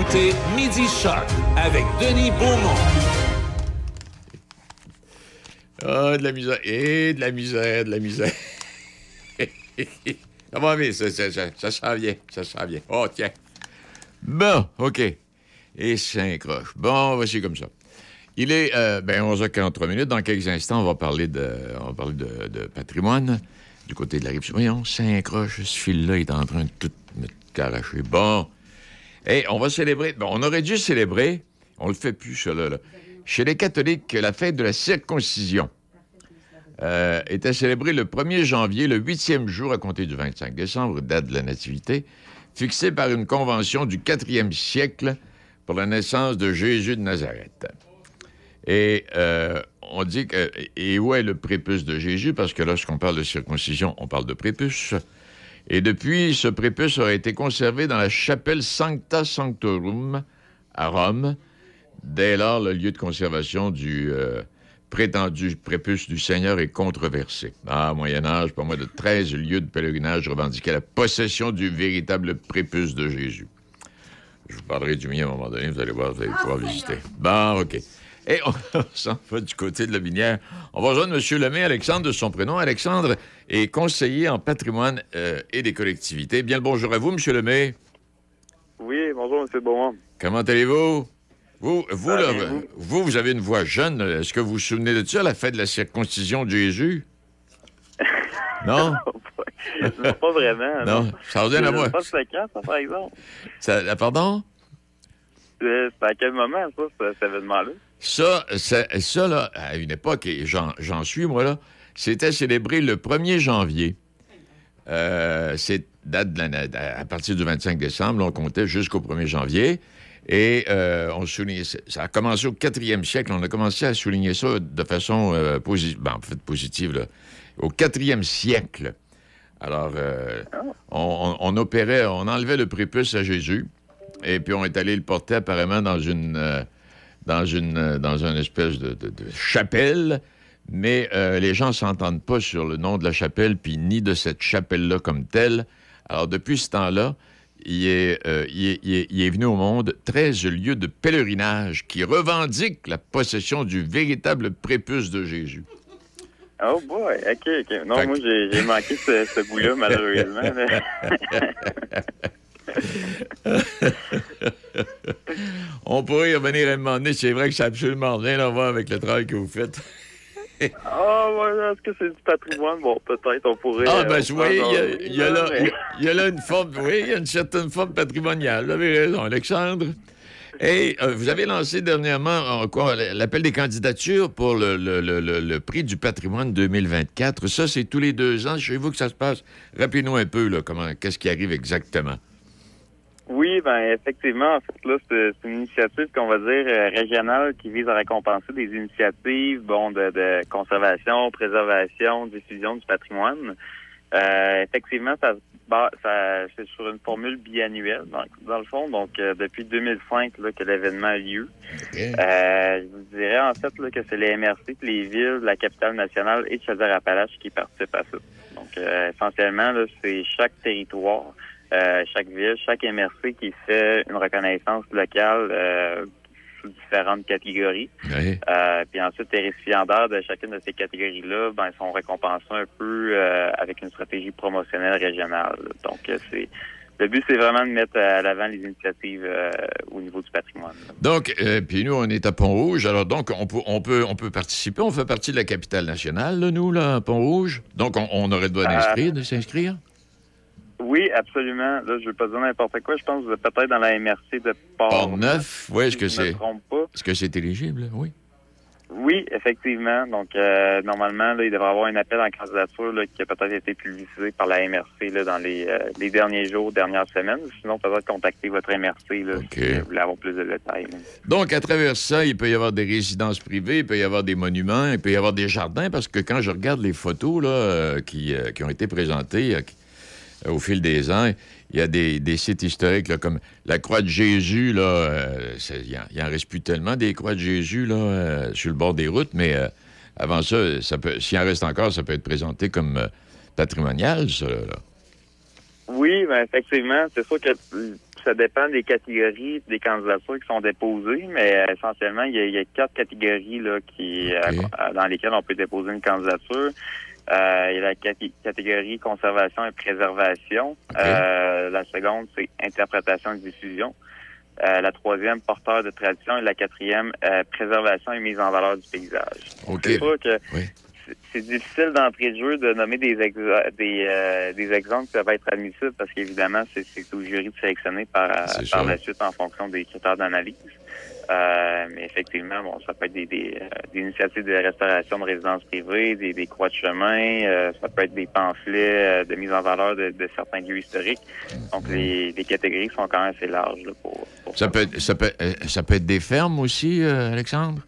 S2: écoutez Midi Choc avec Denis Beaumont.
S1: Ah, de la misère. Et de la misère, de la misère. Ça va bien, ça s'en vient, ça s'en vient. Oh, tiens. Bon, OK. Et 5 croches. Bon, voici comme ça. Il est 11h43. Dans quelques instants, on va parler de patrimoine du côté de la Rive-Sud. Voyons, 5 croches, ce fil-là est en train de tout me caracher. Bon. Hey, on va célébrer. Bon, on aurait dû célébrer, on le fait plus, ça, là. Chez les catholiques, la fête de la circoncision était célébrée le 1er janvier, le 8e jour à compter du 25 décembre, date de la Nativité, fixée par une convention du 4e siècle pour la naissance de Jésus de Nazareth. Et on dit que... Et où est le prépuce de Jésus? Parce que lorsqu'on parle de circoncision, on parle de prépuce. Et depuis, ce prépuce aurait été conservé dans la chapelle Sancta Sanctorum à Rome. Dès lors, le lieu de conservation du prétendu prépuce du Seigneur est controversé. Ah, Moyen-Âge, pas moins de 13 lieux de pèlerinage revendiquaient la possession du véritable prépuce de Jésus. Je vous parlerai du mien à un moment donné, vous allez voir, vous allez pouvoir visiter. Bon, OK. Et on s'en va du côté de la Binière. On va rejoindre M. Lemay, Alexandre de son prénom. Alexandre est conseiller en patrimoine et des collectivités. Bien le bonjour à vous, M. Lemay.
S14: Oui, bonjour, M. Beaumont.
S1: Comment allez-vous? Vous avez une voix jeune. Est-ce que vous vous souvenez de ça, la fête de la circoncision de Jésus? Non?
S14: Non, pas vraiment.
S1: Non, ça revient à moi.
S14: Pas de séquence, ça, par exemple.
S1: Pardon?
S14: C'est à quel moment, ça, cet événement-là?
S1: Ça, là, à une époque, et j'en suis, moi, là, c'était célébré le 1er janvier. C'est date à partir du 25 décembre, là, on comptait jusqu'au 1er janvier. Et on soulignait... Ça a commencé au 4e siècle. On a commencé à souligner ça de façon positive, là. Au 4e siècle. Alors, on opérait... On enlevait le prépuce à Jésus. Et puis, on est allé le porter apparemment dans une espèce de chapelle. Mais les gens ne s'entendent pas sur le nom de la chapelle, puis ni de cette chapelle-là comme telle. Alors, depuis ce temps-là, il est venu au monde 13 lieux de pèlerinage qui revendiquent la possession du véritable prépuce de Jésus.
S14: Oh boy, OK. Non, moi, j'ai manqué ce bout-là, malheureusement.
S1: On pourrait y revenir à un moment donné. C'est vrai que ça n'a absolument rien à voir avec le travail que vous faites.
S14: Ouais, est-ce que c'est du patrimoine? Bon, peut-être, on pourrait...
S1: vous voyez, il y a là une forme... Oui, il y a une certaine forme patrimoniale. Vous avez raison, Alexandre. Et vous avez lancé dernièrement l'appel des candidatures pour le prix du patrimoine 2024. Ça, c'est tous les 2 ans. Chez vous que ça se passe. Rappelez-nous un peu, là, qu'est-ce qui arrive exactement.
S14: Oui, effectivement, en fait, là, c'est une initiative qu'on va dire régionale qui vise à récompenser des initiatives, de conservation, préservation, diffusion du patrimoine. Effectivement, c'est sur une formule biannuelle, dans le fond. Donc, depuis 2005 là, que l'événement a lieu. Okay. Je vous dirais, en fait, là, que c'est les MRC, les villes de la capitale nationale et de Chaudière-Appalaches qui participent à ça. Donc, essentiellement, là, c'est chaque territoire, chaque ville, chaque MRC qui fait une reconnaissance locale sous différentes catégories. Oui. Puis ensuite, les récipiendaires de chacune de ces catégories-là, ils sont récompensés un peu avec une stratégie promotionnelle régionale. Donc, le but, c'est vraiment de mettre à l'avant les initiatives au niveau du patrimoine.
S1: Donc, puis nous, on est à Pont-Rouge. Alors, donc, on peut participer. On fait partie de la capitale nationale, là, nous, là, à Pont-Rouge. Donc, on aurait le droit de s'inscrire?
S14: Oui, absolument. Là, je ne veux pas dire n'importe quoi. Je pense que vous êtes peut-être dans la MRC de
S1: Port-Neuf. Oui, est-ce que
S14: je ne me trompe pas.
S1: Est-ce que c'est éligible? Oui.
S14: Oui, effectivement. Donc, normalement, là, il devrait y avoir un appel en candidature là, qui a peut-être été publicisé par la MRC là, dans les derniers jours, dernières semaines. Sinon, peut-être contacter votre MRC là, si vous voulez avoir plus de détails. Là.
S1: Donc, à travers ça, il peut y avoir des résidences privées, il peut y avoir des monuments, il peut y avoir des jardins, parce que quand je regarde les photos là, qui ont été présentées au fil des ans, il y a des sites historiques là, comme la Croix de Jésus. Il en reste plus tellement des Croix de Jésus là, sur le bord des routes, mais avant ça, s'il en reste encore, ça peut être présenté comme patrimonial, ça. Là.
S14: Oui, effectivement. C'est sûr que ça dépend des catégories des candidatures qui sont déposées, mais essentiellement, il y a 4 catégories là, dans lesquelles on peut déposer une candidature. Il y a la catégorie conservation et préservation. La seconde, c'est interprétation et diffusion. La troisième, porteur de tradition. Et la quatrième, préservation et mise en valeur du paysage. C'est sûr que c'est difficile d'entrée de jeu de nommer des exemples qui peuvent être admissibles parce qu'évidemment, c'est au jury de sélectionner par la suite en fonction des critères d'analyse. Mais effectivement, bon, ça peut être des initiatives de restauration de résidences privées, des croix de chemin, ça peut être des pamphlets de mise en valeur de certains lieux historiques. Donc, les catégories sont quand même assez larges là, pour
S1: ça. Peut être des fermes aussi, Alexandre?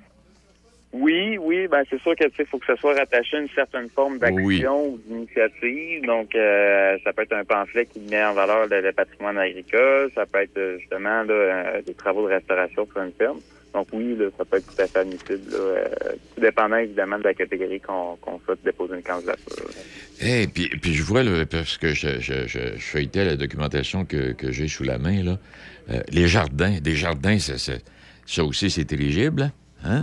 S14: Oui, ben c'est sûr que faut que ça soit rattaché à une certaine forme d'action ou d'initiative. Donc, ça peut être un pamphlet qui met en valeur le patrimoine agricole. Ça peut être justement là, des travaux de restauration sur une ferme. Donc oui, là, ça peut être tout à fait admissible. Tout dépendant évidemment de la catégorie qu'on souhaite déposer une candidature.
S1: Et puis je vois là, parce que je feuilletais la documentation que j'ai sous la main là, des jardins, ça aussi c'est éligible, hein?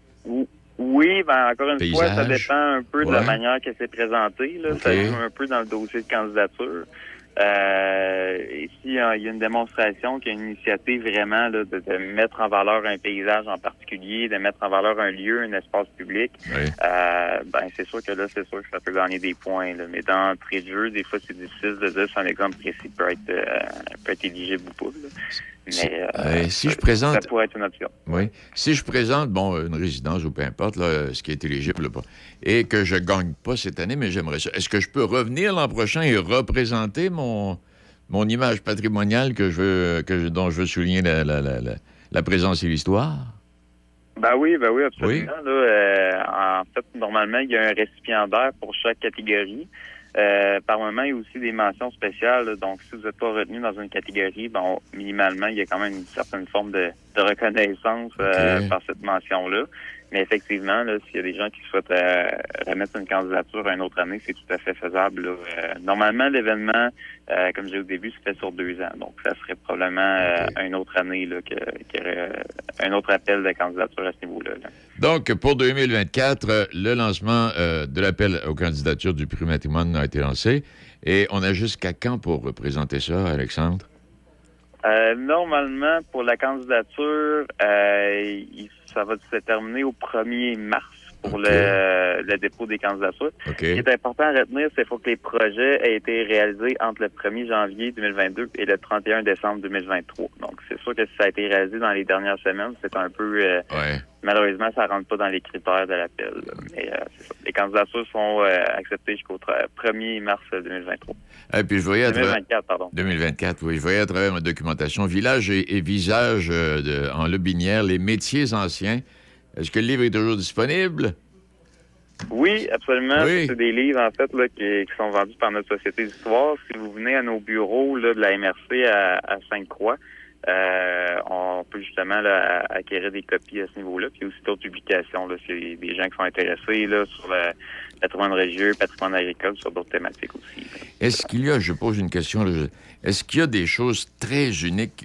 S14: Oui, ben encore une fois, ça dépend un peu de la manière que c'est présenté. Là. Ça joue un peu dans le dossier de candidature. Ici, il y a une démonstration qu'il y a une initiative vraiment là, de mettre en valeur un paysage en particulier, de mettre en valeur un lieu, un espace public. Ben c'est sûr que ça peut gagner des points. Là. Mais dans l'entrée de jeu, des fois, c'est difficile de dire si un exemple précis peut être éligible ou pas. Là. Mais
S1: si je présente,
S14: ça pourrait être une option.
S1: Oui. Si je présente, une résidence ou peu importe, là, ce qui est éligible, là, et que je ne gagne pas cette année, mais j'aimerais ça, est-ce que je peux revenir l'an prochain et représenter mon image patrimoniale dont je veux souligner la présence et l'histoire?
S14: Ben oui, absolument. Oui. Là, en fait, normalement, il y a un récipiendaire pour chaque catégorie. Par moment, il y a aussi des mentions spéciales. Là. Donc, si vous n'êtes pas retenu dans une catégorie, minimalement, il y a quand même une certaine forme de reconnaissance par cette mention-là. Mais effectivement, là, s'il y a des gens qui souhaitent remettre une candidature à une autre année, c'est tout à fait faisable. Là. Normalement, l'événement, comme j'ai au début, se fait sur 2 ans. Donc, ça serait probablement une autre année là, qu'il y aurait un autre appel de candidature à ce niveau-là. Là.
S1: Donc, pour 2024, le lancement de l'appel aux candidatures du prix Matrimoine a été lancé. Et on a jusqu'à quand pour présenter ça, Alexandre?
S14: Normalement, pour la candidature, ça va se terminer au 1er mars pour le dépôt des candidatures. Ce qui est important à retenir, c'est qu'il faut que les projets aient été réalisés entre le 1er janvier 2022 et le 31 décembre 2023. Donc, c'est sûr que si ça a été réalisé dans les dernières semaines, c'est un peu... Malheureusement, ça ne rentre pas dans les critères de l'appel. Mais c'est ça. Les candidatures sont acceptées jusqu'au 1er mars 2023.
S1: Et puis je voyais
S14: 2024, pardon.
S1: 2024, oui. Je voyais à travers ma documentation Village et visage en Lobinière, les métiers anciens. Est-ce que le livre est toujours disponible?
S14: Oui, absolument. Oui. C'est des livres, en fait, là, qui sont vendus par notre Société d'Histoire. Si vous venez à nos bureaux là, de la MRC à Sainte-Croix, on peut justement là, acquérir des copies à ce niveau-là. Puis aussi d'autres publications. Là, c'est des gens qui sont intéressés là, sur le patrimoine religieux, patrimoine agricole, sur d'autres thématiques aussi. Là.
S1: Est-ce qu'il y a, je pose une question, là, est-ce qu'il y a des choses très uniques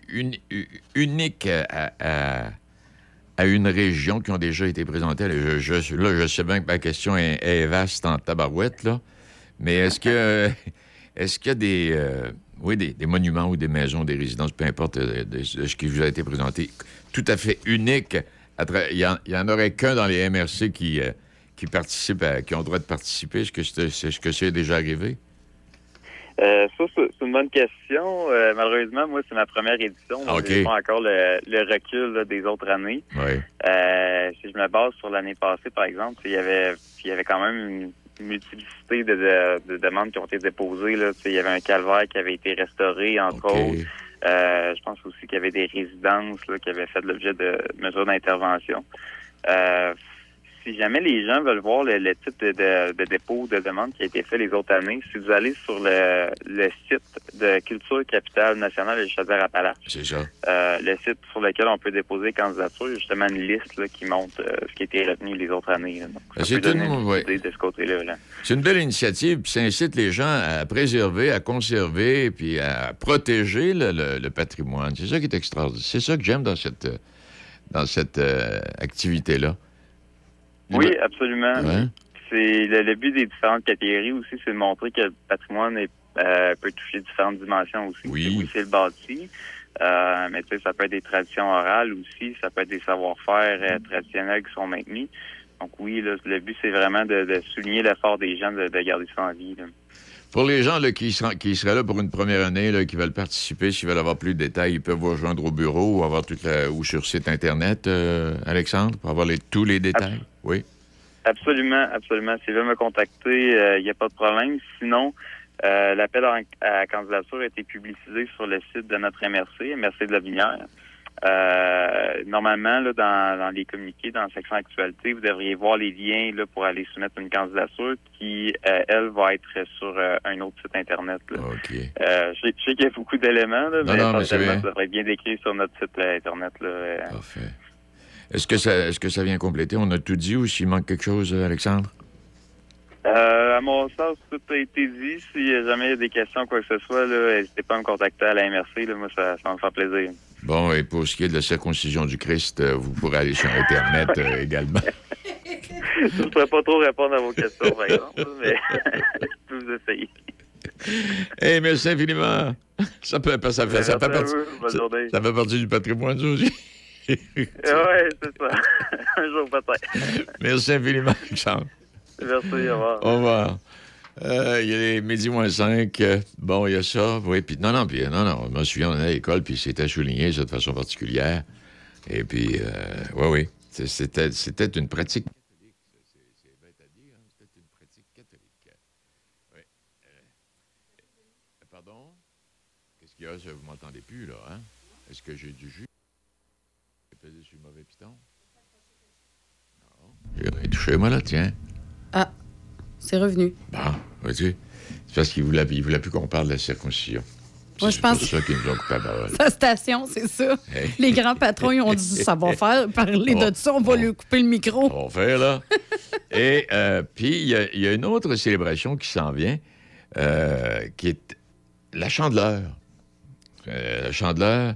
S1: à une région qui ont déjà été présentées? Là, je sais bien que ma question est vaste en tabarouette, là. Mais est-ce qu'il y a des monuments ou des maisons, des résidences, peu importe de ce qui vous a été présenté, tout à fait unique? Il y en aurait qu'un dans les MRC qui participent, qui ont le droit de participer. Est-ce que c'est déjà arrivé?
S14: Ça, c'est une bonne question. Malheureusement, moi, c'est ma première édition. Donc j'ai pas encore le recul là, des autres années.
S1: Oui.
S14: Si je me base sur l'année passée, par exemple, il y avait quand même une multiplicité de demandes qui ont été déposées. Là. Il y avait un calvaire qui avait été restauré, entre autres. Je pense aussi qu'il y avait des résidences là, qui avaient fait l'objet de mesures d'intervention. si jamais les gens veulent voir le type de dépôt de demande qui a été fait les autres années, si vous allez sur le site de Culture Capitale Nationale de Chaudière-Appalaches,
S1: c'est ça.
S14: Le site sur lequel on peut déposer candidature, il y a justement une liste là, qui montre ce qui a été retenu les autres années. Là. Donc, ça peut donner une idée de ce côté-là. Là.
S1: C'est une belle initiative, puis ça incite les gens à préserver, à conserver, puis à protéger le patrimoine. C'est ça qui est extraordinaire. C'est ça que j'aime dans cette activité-là.
S14: Oui, absolument.
S1: Ouais.
S14: C'est le but des différentes catégories aussi, c'est de montrer que le patrimoine peut toucher différentes dimensions aussi.
S1: Oui.
S14: C'est le bâti, mais tu sais, ça peut être des traditions orales aussi, ça peut être des savoir-faire traditionnels qui sont maintenus. Donc oui, là, le but, c'est vraiment de souligner l'effort des gens de garder ça en vie. Là.
S1: Pour les gens là, qui seraient là pour une première année, là, qui veulent participer, s'ils veulent avoir plus de détails, ils peuvent vous rejoindre au bureau ou sur site Internet, Alexandre, pour avoir tous les détails. Oui.
S14: Absolument. S'ils veulent me contacter, il n'y a pas de problème. Sinon, l'appel à candidature a été publicisé sur le site de notre MRC de la Vinière. Normalement, là, dans les communiqués, dans la section actualité, vous devriez voir les liens là, pour aller soumettre une candidature qui, elle, va être sur un autre site Internet. Là.
S1: OK.
S14: Je sais qu'il y a beaucoup d'éléments, là, mais ça devrait être bien décrit sur notre site Internet. Là.
S1: Parfait. Est-ce que ça vient compléter? On a tout dit ou s'il manque quelque chose, Alexandre?
S14: À mon sens, tout a été dit. Si jamais il y a des questions, quoi que ce soit, n'hésitez pas à me contacter à la MRC. Là, moi, ça va me faire plaisir.
S1: Bon, et pour ce qui est de la circoncision du Christ, vous pourrez aller sur Internet également.
S14: Je ne pourrais pas trop répondre à vos questions, par exemple, mais je peux vous essayer.
S1: Hey, merci infiniment. Ça fait partie du patrimoine, ça aussi.
S14: Oui, c'est ça. Un jour peut-être.
S1: Merci infiniment, Alexandre.
S14: Merci, au revoir.
S1: Au revoir. Il y a les midi moins 5. Bon, il y a ça. Oui, puis non, je me souviens, on allait à l'école, puis c'était souligné ça de façon particulière. Et puis, oui. C'était une pratique catholique. C'est bête à dire, hein? C'était une pratique catholique. Oui. Pardon? Qu'est-ce qu'il y a? Vous m'entendez plus, là, hein? Est-ce que j'ai du jus? J'ai pesé sur le mauvais piton? Non. J'ai rien touché, moi, là, tiens.
S11: Ah, c'est revenu.
S1: Bon, vois-tu? C'est parce qu'il voulait plus qu'on parle de la circoncision.
S11: Moi, je pense
S1: c'est pour ça qu'ils nous ont coupé la parole.
S11: Sa station, c'est ça.
S1: Hey.
S11: Les grands patrons, ils ont dit, ça va faire, parler de ça, on va lui couper le micro.
S1: On va faire, là. Et puis, il y a une autre célébration qui s'en vient, qui est la Chandeleur. La Chandeleur,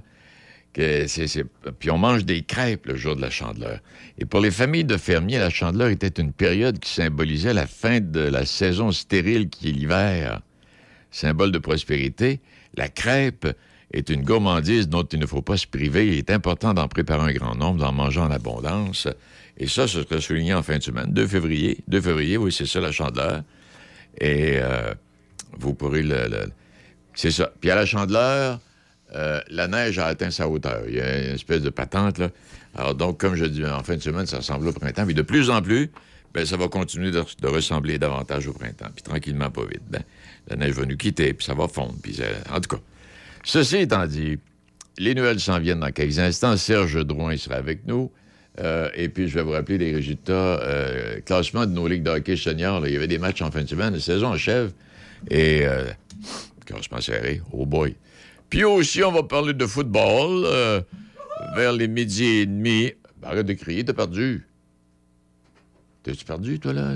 S1: puis on mange des crêpes le jour de la Chandeleur. Et pour les familles de fermiers, la Chandeleur était une période qui symbolisait la fin de la saison stérile qui est l'hiver. Symbole de prospérité, la crêpe est une gourmandise dont il ne faut pas se priver. Il est important d'en préparer un grand nombre, d'en manger en abondance. Et ça, ce serait souligné en fin de semaine. 2 février, oui, c'est ça, la Chandeleur. Et vous pourrez c'est ça. Puis à la Chandeleur, la neige a atteint sa hauteur. Il y a une espèce de patente, là. Alors donc, comme je dis, en fin de semaine, ça ressemble au printemps. Mais de plus en plus, ça va continuer de ressembler davantage au printemps. Puis tranquillement, pas vite. La neige va nous quitter, puis ça va fondre. Puis en tout cas, ceci étant dit, les nouvelles s'en viennent dans quelques instants. Serge Drouin sera avec nous. Et puis, je vais vous rappeler les résultats. Classement de nos ligues de hockey seniors. Là, il y avait des matchs en fin de semaine. La saison achève. Et classement serré. Oh boy. Puis aussi, on va parler de football vers les midi et demi. Arrête de crier, t'as perdu. T'as-tu perdu, toi, là?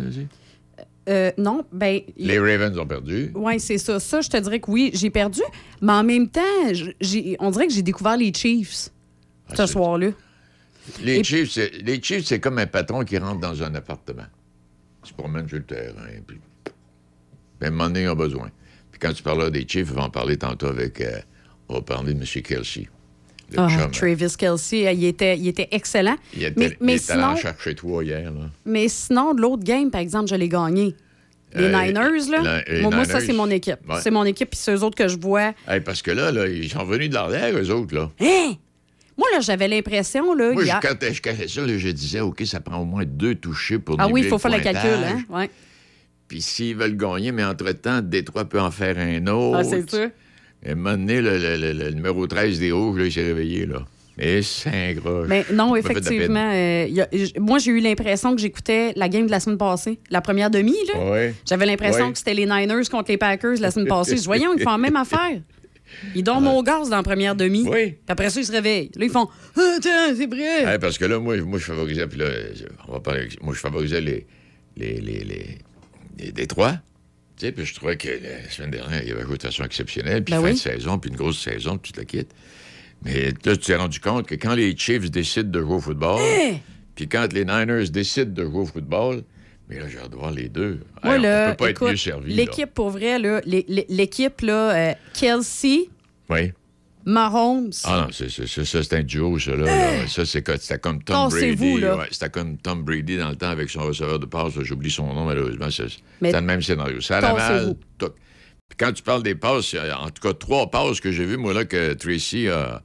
S11: Non,
S1: les Ravens ont perdu.
S11: Oui, c'est ça. Ça, je te dirais que oui, j'ai perdu. Mais en même temps, on dirait que j'ai découvert les Chiefs ce soir-là.
S1: Les Chiefs, c'est comme un patron qui rentre dans un appartement. Tu te promènes sur le terrain, puis à un moment donné, ils ont besoin. Puis quand tu parles des Chiefs, on va en parler tantôt avec... on va parler de M. Kelsey.
S11: Travis Kelsey, il était excellent.
S1: Il était allé en chercher toi hier. Là.
S11: Mais sinon, de l'autre game, par exemple, je l'ai gagné. Les Niners, là. Moi, ça, c'est mon équipe. Ouais. C'est mon équipe, puis c'est eux autres que je vois.
S1: Hey, parce que là, ils sont venus de l'arrière, eux autres, là.
S11: Hein? Moi, là, j'avais l'impression, là...
S1: Moi, quand je cachais ça, là, je disais, OK, ça prend au moins 2 touchés pour
S11: oui, il faut faire le calcul, hein? Ouais.
S1: Puis s'ils veulent gagner, mais entre-temps, Détroit peut en faire un autre.
S11: Ah, c'est sûr.
S1: Et à un moment donné, le numéro 13 des Rouges, là, il s'est réveillé, là. Mais c'est ingrat.
S11: Mais non, effectivement. Moi, j'ai eu l'impression que j'écoutais la game de la semaine passée, la première demi. Là.
S1: Ouais.
S11: J'avais l'impression que c'était les Niners contre les Packers la semaine passée. Voyons, ils font la même affaire. Ils dorment au gaz dans la première demi.
S1: Oui.
S11: Puis après ça, ils se réveillent. Là, ils font « Ah, tiens, c'est vrai!
S1: Ouais, parce que là, moi je favorisais... Puis là, on va parler... Moi, je favorisais les Détroits. Tu sais, puis je trouvais que la semaine dernière, il avait joué de façon exceptionnelle. Puis fin de saison, puis une grosse saison, puis tu la quittes. Mais là, tu t'es rendu compte que quand les Chiefs décident de jouer au football, puis quand les Niners décident de jouer au football... Mais là, j'ai hâte de voir les deux.
S11: Moi, là,
S1: on peut pas être mieux servi.
S11: L'équipe, pour vrai, là, l'équipe, là, Kelsey, Mahomes.
S1: Ah non, c'est un duo, ça, là. Ça, c'était comme Tom Brady.
S11: Là.
S1: Ouais, c'était comme Tom Brady dans le temps avec son receveur de passe. J'oublie son nom, malheureusement. C'était le même scénario. Ça a la mal. Puis quand tu parles des passes, il y a en tout cas 3 passes que j'ai vues, moi, là, que Tracy a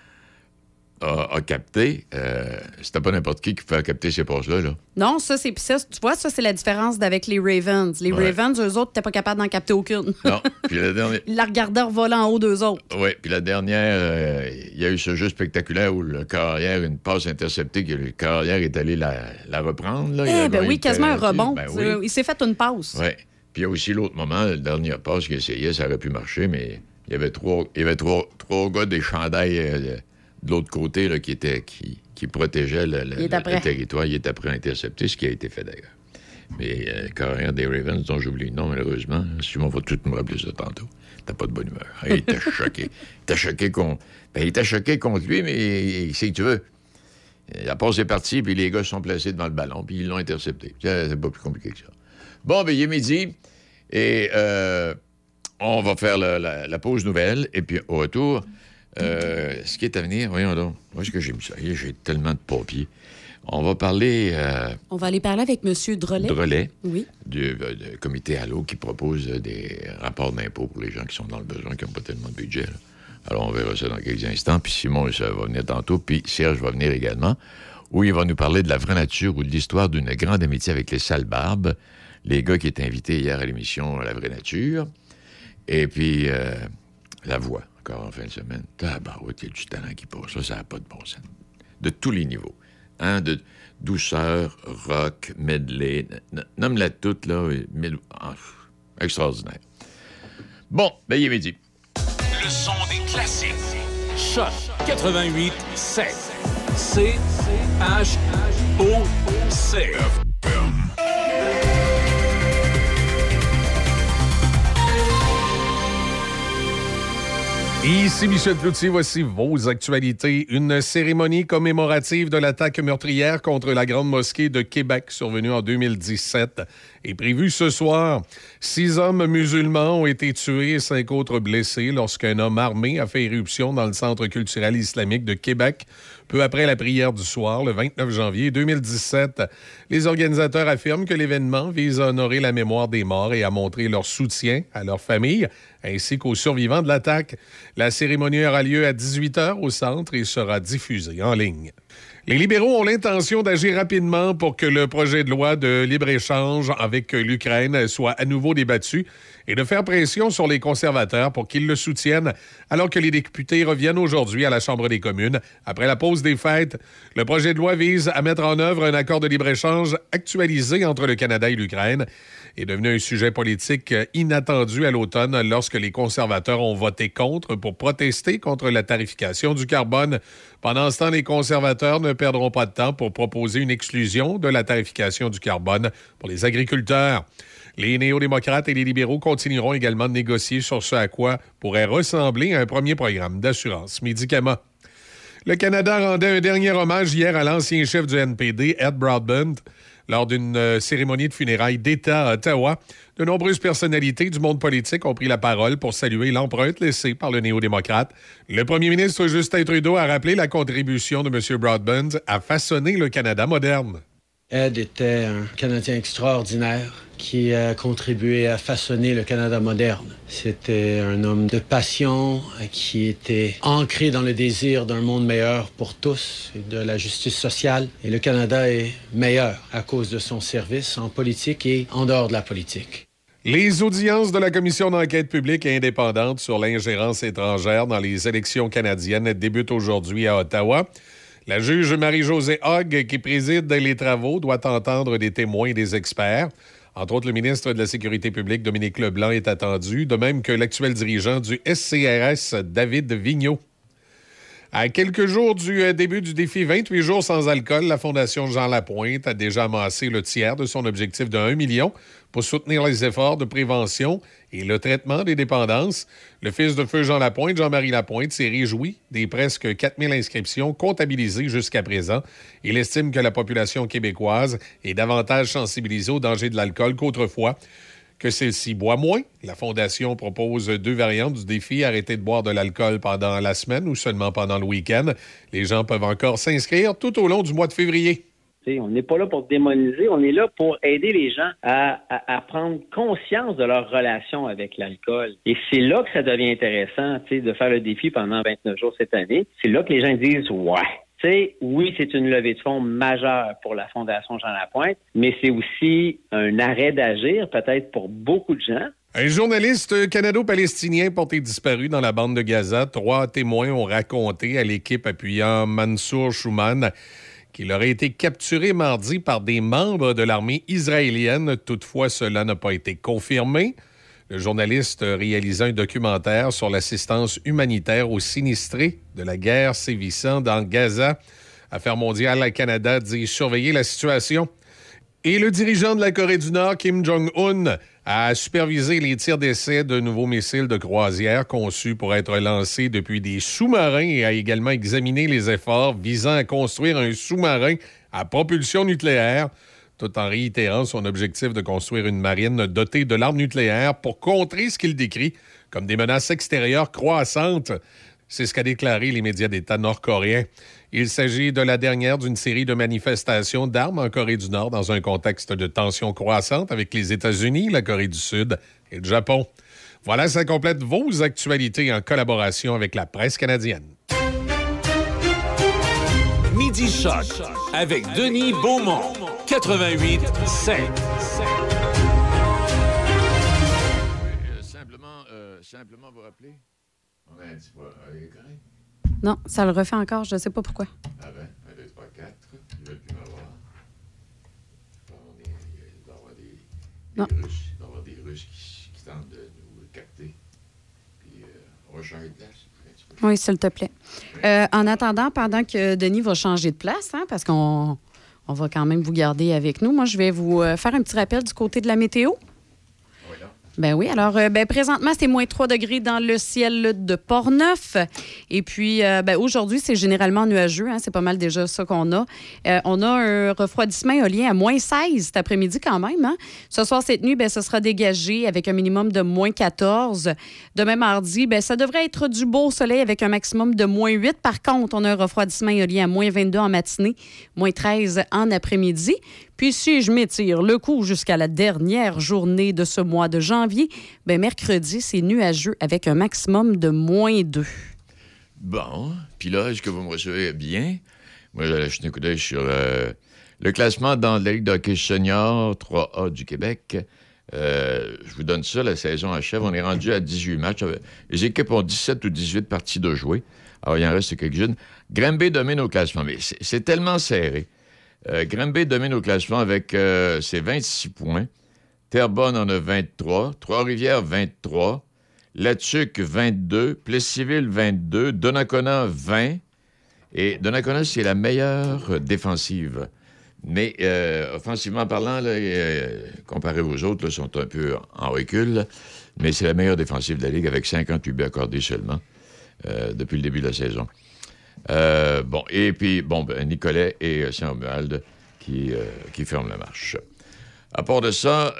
S1: capté. C'était pas n'importe qui pouvait capter ces passes-là. Là.
S11: Non, ça, tu vois, ça, c'est la différence d'avec les Ravens. Les Ravens, eux autres, t'étais pas capable d'en capter aucune.
S1: Non. Puis la dernière...
S11: Ils la regardaient en volant en haut d'eux autres.
S1: Oui, puis la dernière, il y a eu ce jeu spectaculaire où le carrière, une passe interceptée, que le carrière est allé la reprendre. Là.
S11: Oui, quasiment un rebond.
S1: Oui.
S11: Il s'est fait une passe.
S1: Oui. Puis il y a aussi l'autre moment, le dernier passe qu'il essayait, ça aurait pu marcher, mais il y avait trois gars des chandails... de l'autre côté, là, qui protégeait le territoire. Il était prêt à intercepter, ce qui a été fait d'ailleurs. Mais le carrière des Ravens, dont j'oublie le nom, malheureusement, Simon va tout me rappeler ça tantôt. T'as pas de bonne humeur. Il était choqué. Il était choqué contre lui, mais c'est que tu veux. La passe est partie, puis les gars se sont placés devant le ballon, puis ils l'ont intercepté. C'est pas plus compliqué que ça. Bon, bien, il est midi, et on va faire la pause nouvelle, et puis au retour... ce qui est à venir, voyons donc. Où est-ce que j'ai mis ça? J'ai tellement de papiers. On va parler...
S11: On va aller parler avec M. Drolet.
S1: Drolet,
S11: oui.
S1: du comité Allo qui propose des rapports d'impôts pour les gens qui sont dans le besoin, qui n'ont pas tellement de budget. Là. Alors, on verra ça dans quelques instants. Puis Simon, ça va venir tantôt. Puis Serge va venir également, où il va nous parler de la vraie nature ou de l'histoire d'une grande amitié avec les Salles-Barbes, les gars qui étaient invités hier à l'émission La vraie nature. Et puis, la voix. Encore en fin de semaine. Tabarouette, il y a du talent qui passe. Ça n'a pas de bon sens. De tous les niveaux. Hein? De douceur, rock, medley. Nomme-la toute, là. Extraordinaire. Bon, ben, il est midi.
S15: Le son des classiques. Choc 88.7. C-H-O-C.
S7: Ici Michel Cloutier, voici vos actualités. Une cérémonie commémorative de l'attaque meurtrière contre la Grande Mosquée de Québec, survenue en 2017, est prévue ce soir. 6 hommes musulmans ont été tués et 5 autres blessés lorsqu'un homme armé a fait éruption dans le Centre culturel islamique de Québec peu après la prière du soir, le 29 janvier 2017. Les organisateurs affirment que l'événement vise à honorer la mémoire des morts et à montrer leur soutien à leurs familles ainsi qu'aux survivants de l'attaque. La cérémonie aura lieu à 18h au centre et sera diffusée en ligne. Les libéraux ont l'intention d'agir rapidement pour que le projet de loi de libre-échange avec l'Ukraine soit à nouveau débattu et de faire pression sur les conservateurs pour qu'ils le soutiennent alors que les députés reviennent aujourd'hui à la Chambre des communes. Après la pause des fêtes, le projet de loi vise à mettre en œuvre un accord de libre-échange actualisé entre le Canada et l'Ukraine. Est devenu un sujet politique inattendu à l'automne lorsque les conservateurs ont voté contre pour protester contre la tarification du carbone. Pendant ce temps, les conservateurs ne perdront pas de temps pour proposer une exclusion de la tarification du carbone pour les agriculteurs. Les néo-démocrates et les libéraux continueront également de négocier sur ce à quoi pourrait ressembler un premier programme d'assurance médicaments. Le Canada rendait un dernier hommage hier à l'ancien chef du NPD, Ed Broadbent, lors d'une cérémonie de funérailles d'État à Ottawa. De nombreuses personnalités du monde politique ont pris la parole pour saluer l'empreinte laissée par le néo-démocrate. Le premier ministre Justin Trudeau a rappelé la contribution de M. Broadbent à façonner le Canada moderne.
S16: Ed était un Canadien extraordinaire qui a contribué à façonner le Canada moderne. C'était un homme de passion qui était ancré dans le désir d'un monde meilleur pour tous et de la justice sociale. Et le Canada est meilleur à cause de son service en politique et en dehors de la politique.
S7: Les audiences de la Commission d'enquête publique et indépendante sur l'ingérence étrangère dans les élections canadiennes débutent aujourd'hui à Ottawa. La juge Marie-Josée Hogg, qui préside les travaux, doit entendre des témoins et des experts. Entre autres, le ministre de la Sécurité publique, Dominique Leblanc, est attendu, de même que l'actuel dirigeant du SCRS, David Vigneault. À quelques jours du début du défi 28 jours sans alcool, la Fondation Jean Lapointe a déjà amassé le tiers de son objectif de 1 million pour soutenir les efforts de prévention et le traitement des dépendances. Le fils de feu Jean Lapointe, Jean-Marie Lapointe, s'est réjoui des presque 4000 inscriptions comptabilisées jusqu'à présent. Il estime que la population québécoise est davantage sensibilisée au danger de l'alcool qu'autrefois, que celle-ci boit moins. La Fondation propose 2 variantes du défi, arrêter de boire de l'alcool pendant la semaine ou seulement pendant le week-end. Les gens peuvent encore s'inscrire tout au long du mois de février.
S8: On n'est pas là pour démoniser, on est là pour aider les gens à prendre conscience de leur relation avec l'alcool. Et c'est là que ça devient intéressant, de faire le défi pendant 29 jours cette année. C'est là que les gens disent « ouais ». Oui, c'est une levée de fonds majeure pour la Fondation Jean Lapointe, mais c'est aussi un arrêt d'agir, peut-être pour beaucoup de gens.
S7: Un journaliste canado-palestinien porté disparu dans la bande de Gaza. 3 témoins ont raconté à l'équipe appuyant Mansour Schumann qu'il aurait été capturé mardi par des membres de l'armée israélienne. Toutefois, cela n'a pas été confirmé. Le journaliste réalisa un documentaire sur l'assistance humanitaire aux sinistrés de la guerre sévissant dans Gaza. Affaires mondiales Canada dit surveiller la situation. Et le dirigeant de la Corée du Nord, Kim Jong-un, a supervisé les tirs d'essai de nouveaux missiles de croisière conçus pour être lancés depuis des sous-marins et a également examiné les efforts visant à construire un sous-marin à propulsion nucléaire, tout en réitérant son objectif de construire une marine dotée de l'arme nucléaire pour contrer ce qu'il décrit comme des menaces extérieures croissantes. C'est ce qu'a déclaré les médias d'État nord-coréens. Il s'agit de la dernière d'une série de manifestations d'armes en Corée du Nord dans un contexte de tensions croissantes avec les États-Unis, la Corée du Sud et le Japon. Voilà, ça complète vos actualités en collaboration avec la presse canadienne.
S15: Midi Choc avec Denis Beaumont, 88.7.
S1: Simplement vous rappeler. On a un petit peu. Correct?
S11: Non, ça le refait encore, je ne sais pas pourquoi.
S1: Ah ben, 1, 2, 3, 4. Ils veulent plus m'avoir. Il doit y avoir des Russes qui tentent de nous capter. Puis on va changer de place.
S11: Oui, s'il te plaît. En attendant, pendant que Denis va changer de place, parce qu'on va quand même vous garder avec nous, moi, je vais vous faire un petit rappel du côté de la météo. Ben oui, alors présentement, c'est moins 3 degrés dans le ciel de Portneuf. Et puis, aujourd'hui, c'est généralement nuageux. C'est pas mal déjà ça qu'on a. On a un refroidissement éolien à moins 16 cet après-midi quand même. Ce soir, cette nuit, ce sera dégagé avec un minimum de moins 14. Demain, mardi, ça devrait être du beau soleil avec un maximum de moins 8. Par contre, on a un refroidissement éolien à moins 22 en matinée, moins 13 en après-midi. Puis si je m'étire le coup jusqu'à la dernière journée de ce mois de janvier, mercredi, c'est nuageux avec un maximum de moins 2.
S1: Bon. Puis là, est-ce que vous me recevez bien? Moi, j'ai jeté un coup d'œil sur le classement dans la Ligue de hockey senior 3A du Québec. Je vous donne ça, la saison achève. On est rendu à 18 matchs. Les équipes ont 17 ou 18 parties de jouer. Alors, il en reste quelques-unes. Granby domine au classement, mais c'est tellement serré. Granby domine au classement avec ses 26 points. Terrebonne en a 23. Trois-Rivières, 23. Latuc, 22. Plessisville, 22. Donnacona, 20. Et Donnacona, c'est la meilleure défensive. Mais offensivement parlant, là, comparé aux autres, là, sont un peu en recul. Là. Mais c'est la meilleure défensive de la Ligue avec 58 buts accordés seulement depuis le début de la saison. Et puis, Nicolet et Saint-Romuald qui ferment la marche. À part de ça,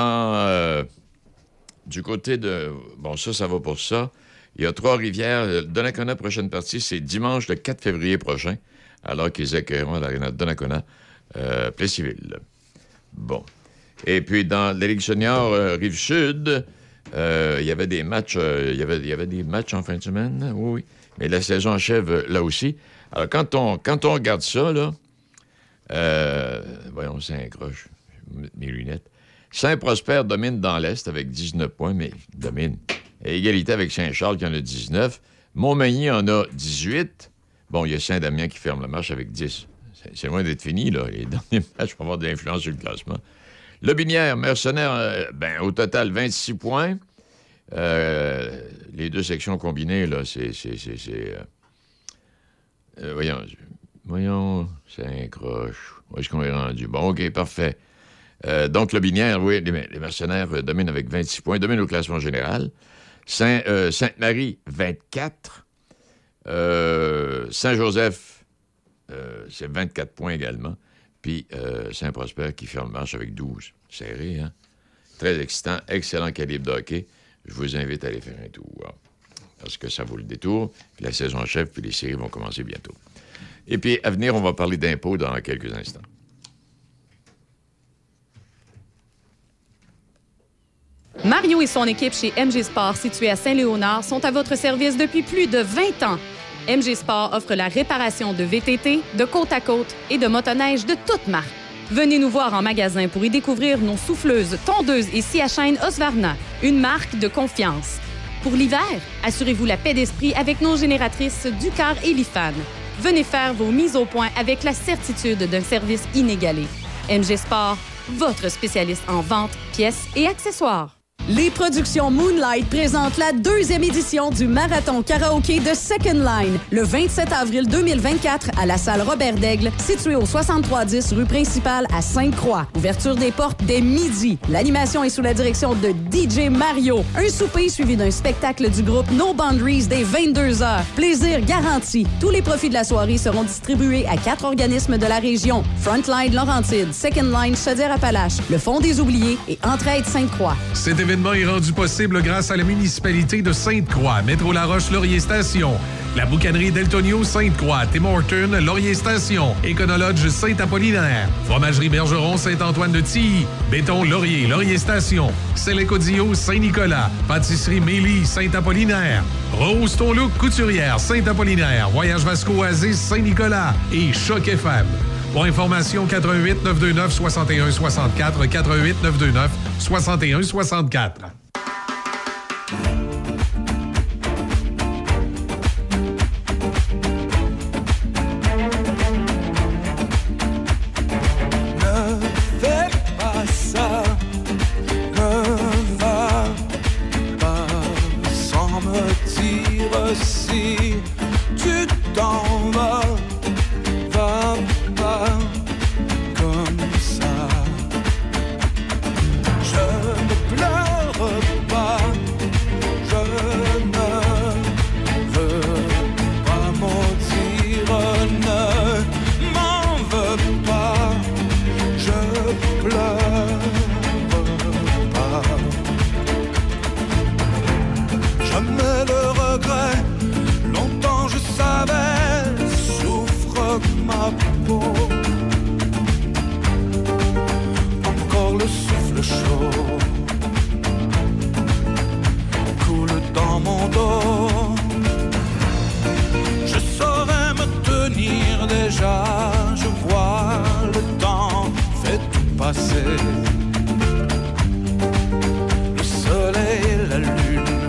S1: du côté de... ça va pour ça. Il y a Trois-Rivières. Donnacona, prochaine partie, c'est dimanche le 4 février prochain, alors qu'ils accueilleront à l'Arena de Donnacona, Plessisville. Bon. Et puis, dans la Ligue senior Rive-Sud, il y avait des matchs... il y avait des matchs en fin de semaine, oui. Mais la saison achève là aussi. Alors, quand on regarde ça, là, voyons, c'est un croche, mes lunettes. Saint-Prosper domine dans l'Est avec 19 points, mais il domine. À égalité avec Saint-Charles qui en a 19. Montmagny en a 18. Bon, il y a Saint-Damien qui ferme la marche avec 10. C'est loin d'être fini, là. Les derniers matchs vont avoir de l'influence sur le classement. Lobinière, Mercenaires, au total, 26 points. Les deux sections combinées, là, voyons, c'est un croche. Où est-ce qu'on est rendu? Bon, OK, parfait. Donc, Lobinière, oui, les Mercenaires dominent avec 26 points, dominent au classement général. Sainte-Marie, 24. Saint-Joseph, c'est 24 points également. Puis Saint-Prosper qui ferme marche avec 12. Serré, hein? Très excitant, excellent calibre de hockey. Je vous invite à aller faire un tour. Parce que ça vaut le détour. Puis la saison achève, puis les séries vont commencer bientôt. Et puis, à venir, on va parler d'impôts dans quelques instants.
S9: Mario et son équipe chez MG Sport, située à Saint-Léonard, sont à votre service depuis plus de 20 ans. MG Sport offre la réparation de VTT, de côte à côte et de motoneige de toutes marques. Venez nous voir en magasin pour y découvrir nos souffleuses, tondeuses et scies à chaîne Husqvarna, une marque de confiance. Pour l'hiver, assurez-vous la paix d'esprit avec nos génératrices Ducar et Lifan. Venez faire vos mises au point avec la certitude d'un service inégalé. MG Sport, votre spécialiste en vente, pièces et accessoires.
S17: Les productions Moonlight présentent la 2e édition du Marathon Karaoké de Second Line, le 27 avril 2024 à la salle Robert-Daigle, située au 6310 rue principale à Sainte-Croix. Ouverture des portes dès midi. L'animation est sous la direction de DJ Mario. Un souper suivi d'un spectacle du groupe No Boundaries dès 22h. Plaisir garanti. Tous les profits de la soirée seront distribués à 4 organismes de la région. Frontline Laurentide, Second Line Chaudière-Appalaches, le Fonds des Oubliés et Entraide Sainte-Croix.
S7: Cet événement est rendu possible grâce à la municipalité de Sainte-Croix, Métro Laroche Laurier Station, la boucanerie Deltonio Sainte-Croix, Tim Horton Laurier Station, Éconolodge Saint-Apollinaire, Fromagerie Bergeron Saint-Antoine de Tilly, Béton Laurier Laurier Station, Célécodio Saint-Nicolas, Pâtisserie Mélie Saint-Apollinaire, Rose Ton Look Couturière Saint-Apollinaire, Voyage Vasco Oasis Saint-Nicolas et Choc FM. Pour information, 88 929 61 64, 88 929 61 64.
S6: Ne fais pas ça, ne va pas sans me dire si tu t'en vas. Va pas comme ça. Je ne pleure pas, je ne veux pas mentir, ne m'en veux pas, je pleure pas. Jamais le regret, longtemps je savais, souffre ma peau. Encore le souffle chaud coule dans mon dos. Je saurais me tenir déjà, je vois le temps fait tout passer. Le soleil et la lune,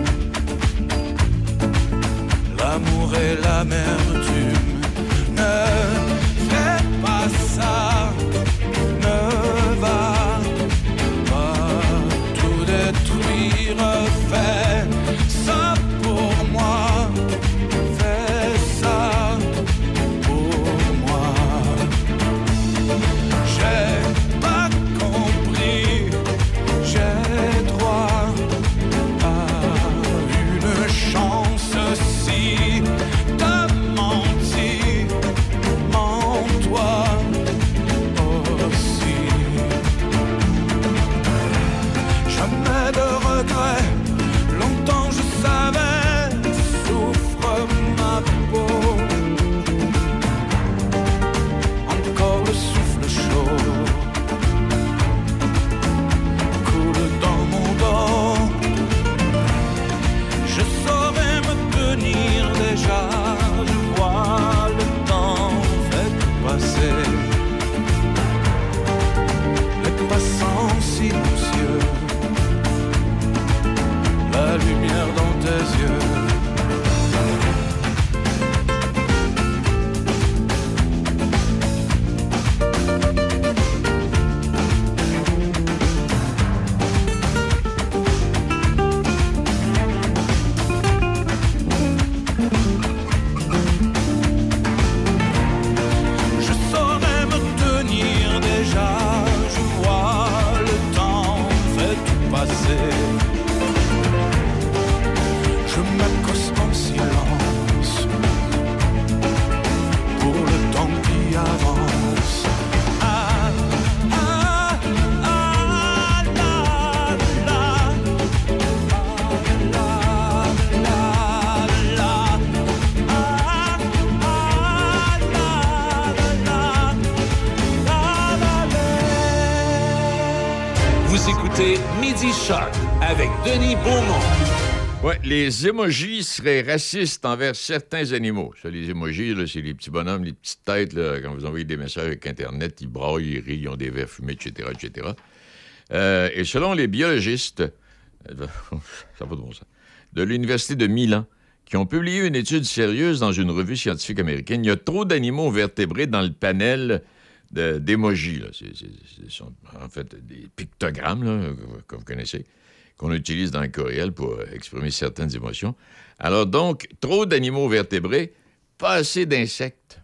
S6: l'amour et l'amertume. Ne fais pas ça, ne va pas tout détruire. Fais ça pour moi, fais ça pour moi. J'ai pas compris, j'ai droit à une chance si ta
S15: Vous écoutez Midi Choc avec Denis Beaumont.
S1: Ouais, les émojis seraient racistes envers certains animaux. Ça, les émojis, là, c'est les petits bonhommes, les petites têtes, là, quand vous envoyez des messages avec Internet, ils braillent, ils rient, ils ont des verres fumés, etc., etc. Et selon les biologistes, ça n'a pas de bon sens, de l'Université de Milan, qui ont publié une étude sérieuse dans une revue scientifique américaine, il y a trop d'animaux vertébrés dans le panel d'émojis. Là. Ce sont en fait des pictogrammes, là, que vous connaissez, qu'on utilise dans le courriel pour exprimer certaines émotions. Alors donc, trop d'animaux vertébrés, pas assez d'insectes.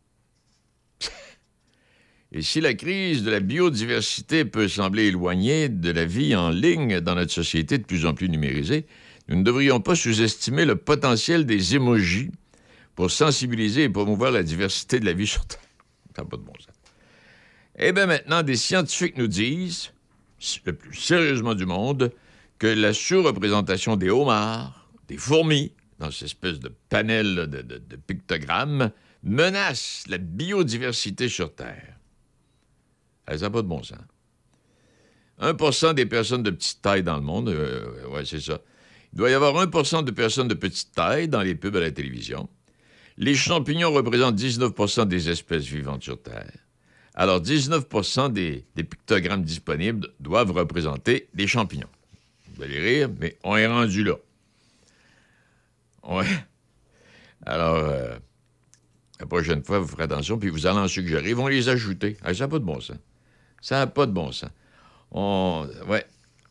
S1: Et si la crise de la biodiversité peut sembler éloignée de la vie en ligne dans notre société de plus en plus numérisée, nous ne devrions pas sous-estimer le potentiel des émojis pour sensibiliser et promouvoir la diversité de la vie sur Terre. Ça n'a pas de bon sens. Eh bien maintenant, des scientifiques nous disent, le plus sérieusement du monde, que la sous-représentation des homards, des fourmis, dans cette espèce de panel de pictogrammes, menace la biodiversité sur Terre. Ça n'a pas de bon sens. 1% des personnes de petite taille dans le monde, ouais, c'est ça. Il doit y avoir 1% de personnes de petite taille dans les pubs à la télévision. Les champignons représentent 19% des espèces vivantes sur Terre. Alors, 19% des pictogrammes disponibles doivent représenter des champignons. Vous allez rire, mais on est rendu là. Ouais. Alors, la prochaine fois, vous ferez attention, puis vous allez en suggérer. Ils vont les ajouter. Ah, ça n'a pas de bon sens. Ça n'a pas de bon sens. Ouais.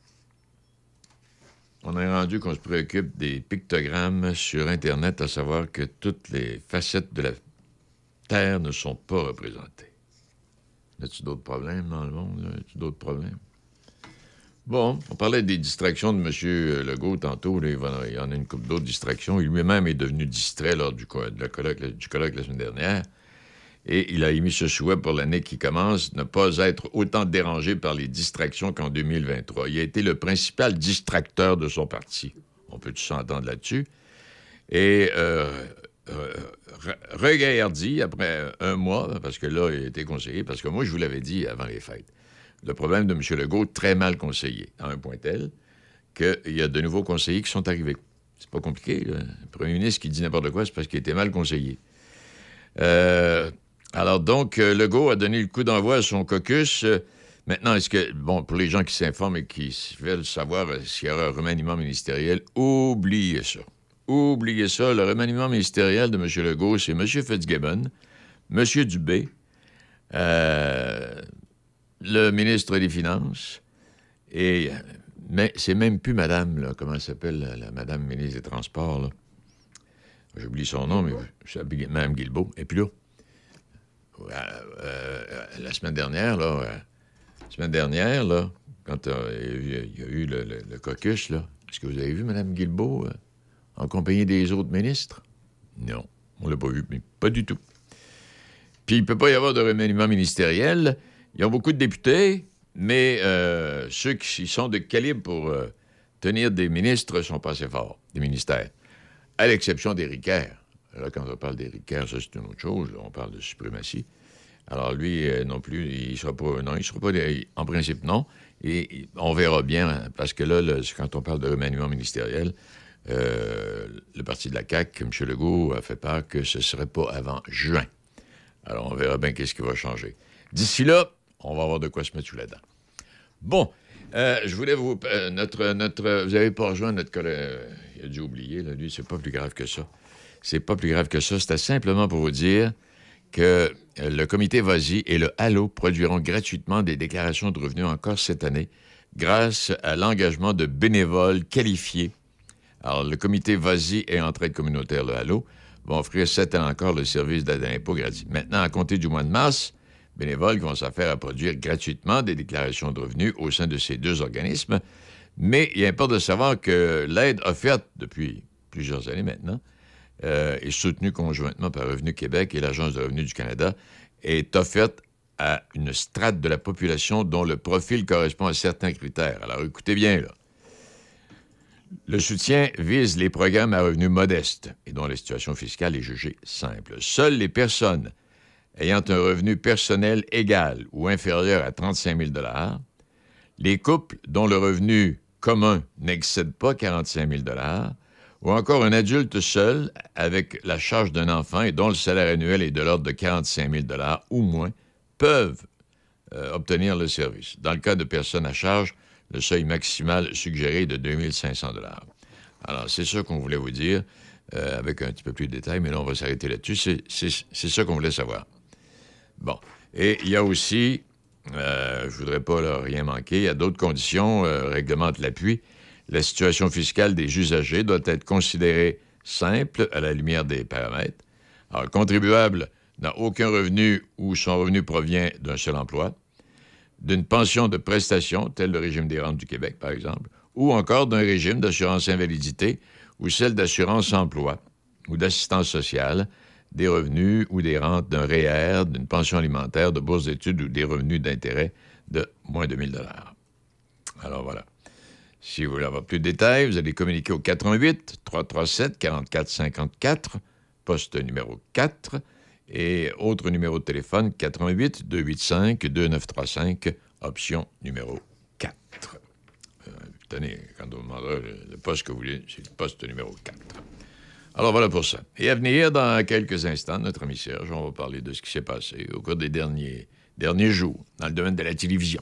S1: On est rendu qu'on se préoccupe des pictogrammes sur Internet, à savoir que toutes les facettes de la Terre ne sont pas représentées. Y a-t-il d'autres problèmes dans le monde? Y a-t-il d'autres problèmes? Bon, on parlait des distractions de M. Legault tantôt. Là, il y en a une couple d'autres distractions. Il lui-même est devenu distrait lors du colloque la semaine dernière. Et il a émis ce souhait pour l'année qui commence, ne pas être autant dérangé par les distractions qu'en 2023. Il a été le principal distracteur de son parti. On peut tous s'entendre là-dessus. Et regaillardi, après un mois, parce que là, il a été conseillé, parce que moi, je vous l'avais dit avant les fêtes, le problème de M. Legault, très mal conseillé, à un point tel qu'il y a de nouveaux conseillers qui sont arrivés. C'est pas compliqué. Là. Le premier ministre qui dit n'importe quoi, c'est parce qu'il était mal conseillé. Alors donc, Legault a donné le coup d'envoi à son caucus. Maintenant, est-ce que, bon, pour les gens qui s'informent et qui veulent savoir s'il y aura un remaniement ministériel, oubliez ça. Oubliez ça. Le remaniement ministériel de M. Legault, c'est M. Fitzgibbon, M. Dubé, le ministre des Finances, et mais c'est même plus madame, là, comment elle s'appelle, la madame ministre des Transports, là. J'oublie son nom, mais c'est Mme Guilbeault. Et puis là, la semaine dernière, quand il y a eu le caucus, là, est-ce que vous avez vu Mme Guilbeault en compagnie des autres ministres? Non, on ne l'a pas vu, mais pas du tout. Puis il ne peut pas y avoir de remaniement ministériel. Ils ont beaucoup de députés, mais ceux qui sont de calibre pour tenir des ministres ne sont pas assez forts, des ministères. À l'exception d'Éric Kerr. Là, quand on parle d'Éric Kerr, ça, c'est une autre chose. Là, on parle de suprématie. Alors, lui, non plus, il ne sera pas... Non, il ne sera pas... En principe, non. Et on verra bien, parce que là, quand on parle de remaniement ministériel, le parti de la CAQ, M. Legault, a fait part que ce ne serait pas avant juin. Alors, on verra bien qu'est-ce qui va changer. D'ici là, on va avoir de quoi se mettre sous la dent. Bon, je voulais vous... vous n'avez pas rejoint notre collègue... Il a dû oublier, là, lui, c'est pas plus grave que ça. C'est pas plus grave que ça. C'était simplement pour vous dire que le comité VASI et le Halo produiront gratuitement des déclarations de revenus encore cette année grâce à l'engagement de bénévoles qualifiés. Alors, le comité VASI et Entraide communautaire, le Halo, vont offrir 7 ans encore le service d'aide à l'impôt gratuit. Maintenant, à compter du mois de mars, bénévoles vont s'affaire à produire gratuitement des déclarations de revenus au sein de ces deux organismes. Mais il importe de savoir que l'aide offerte depuis plusieurs années maintenant est soutenue conjointement par Revenu Québec et l'Agence de revenus du Canada, est offerte à une strate de la population dont le profil correspond à certains critères. Alors, écoutez bien, là. Le soutien vise les programmes à revenus modestes et dont la situation fiscale est jugée simple. Seules les personnes ayant un revenu personnel égal ou inférieur à 35 000 $, les couples dont le revenu commun n'excède pas 45 000 ou encore un adulte seul avec la charge d'un enfant et dont le salaire annuel est de l'ordre de 45 000 ou moins peuvent obtenir le service. Dans le cas de personnes à charge, le seuil maximal suggéré est de 2 500 $. Alors, c'est ça qu'on voulait vous dire, avec un petit peu plus de détails, mais là, on va s'arrêter là-dessus. C'est ça qu'on voulait savoir. Bon. Et il y a aussi, je voudrais pas là, rien manquer, il y a d'autres conditions, réglementent l'appui. La situation fiscale des usagers doit être considérée simple à la lumière des paramètres. Alors, le contribuable n'a aucun revenu ou son revenu provient d'un seul emploi, d'une pension de prestation, tel le régime des rentes du Québec, par exemple, ou encore d'un régime d'assurance invalidité ou celle d'assurance emploi ou d'assistance sociale, des revenus ou des rentes d'un REER, d'une pension alimentaire, de bourse d'études ou des revenus d'intérêt de moins de 1 000 $. Alors voilà. Si vous voulez avoir plus de détails, vous allez communiquer au 418-337-4454, poste numéro 4, et autre numéro de téléphone, 418-285-2935, option numéro 4. Tenez, quand on demandera le poste que vous voulez, c'est le poste numéro 4. Alors voilà pour ça. Et à venir, dans quelques instants, notre ami Serge, on va parler de ce qui s'est passé au cours des derniers jours dans le domaine de la télévision.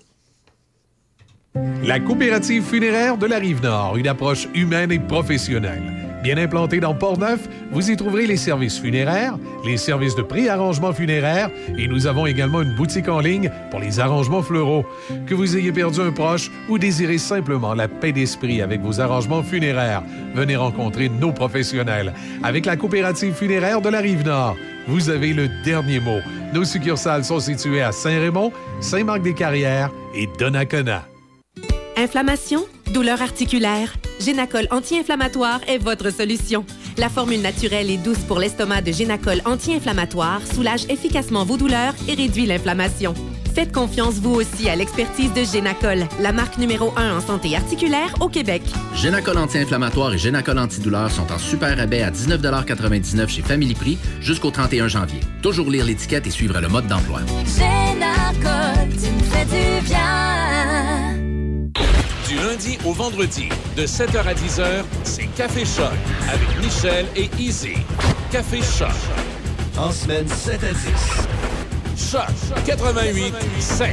S7: La coopérative funéraire de la Rive-Nord, une approche humaine et professionnelle. Bien implantée dans Port-Neuf, vous y trouverez les services funéraires, les services de pré-arrangement funéraire et nous avons également une boutique en ligne pour les arrangements fleuraux. Que vous ayez perdu un proche ou désirez simplement la paix d'esprit avec vos arrangements funéraires, venez rencontrer nos professionnels. Avec la coopérative funéraire de la Rive-Nord, vous avez le dernier mot. Nos succursales sont situées à Saint-Raymond, Saint-Marc-des-Carrières et Donnacona.
S18: Inflammation? Douleur articulaire? Génacol anti-inflammatoire est votre solution. La formule naturelle et douce pour l'estomac de Génacol anti-inflammatoire soulage efficacement vos douleurs et réduit l'inflammation. Faites confiance vous aussi à l'expertise de Génacol, la marque numéro 1 en santé articulaire au Québec.
S19: Génacol anti-inflammatoire et Génacol antidouleur sont en super rabais à 19,99 $ chez Family Prix jusqu'au 31 janvier. Toujours lire l'étiquette et suivre le mode d'emploi.
S13: Génacol, tu me fais du bien.
S15: Du lundi au vendredi, de 7h à 10h, c'est Café Choc avec Michel et Izzy. Café Choc.
S2: En semaine 7 à 10.
S15: Choc 88.7.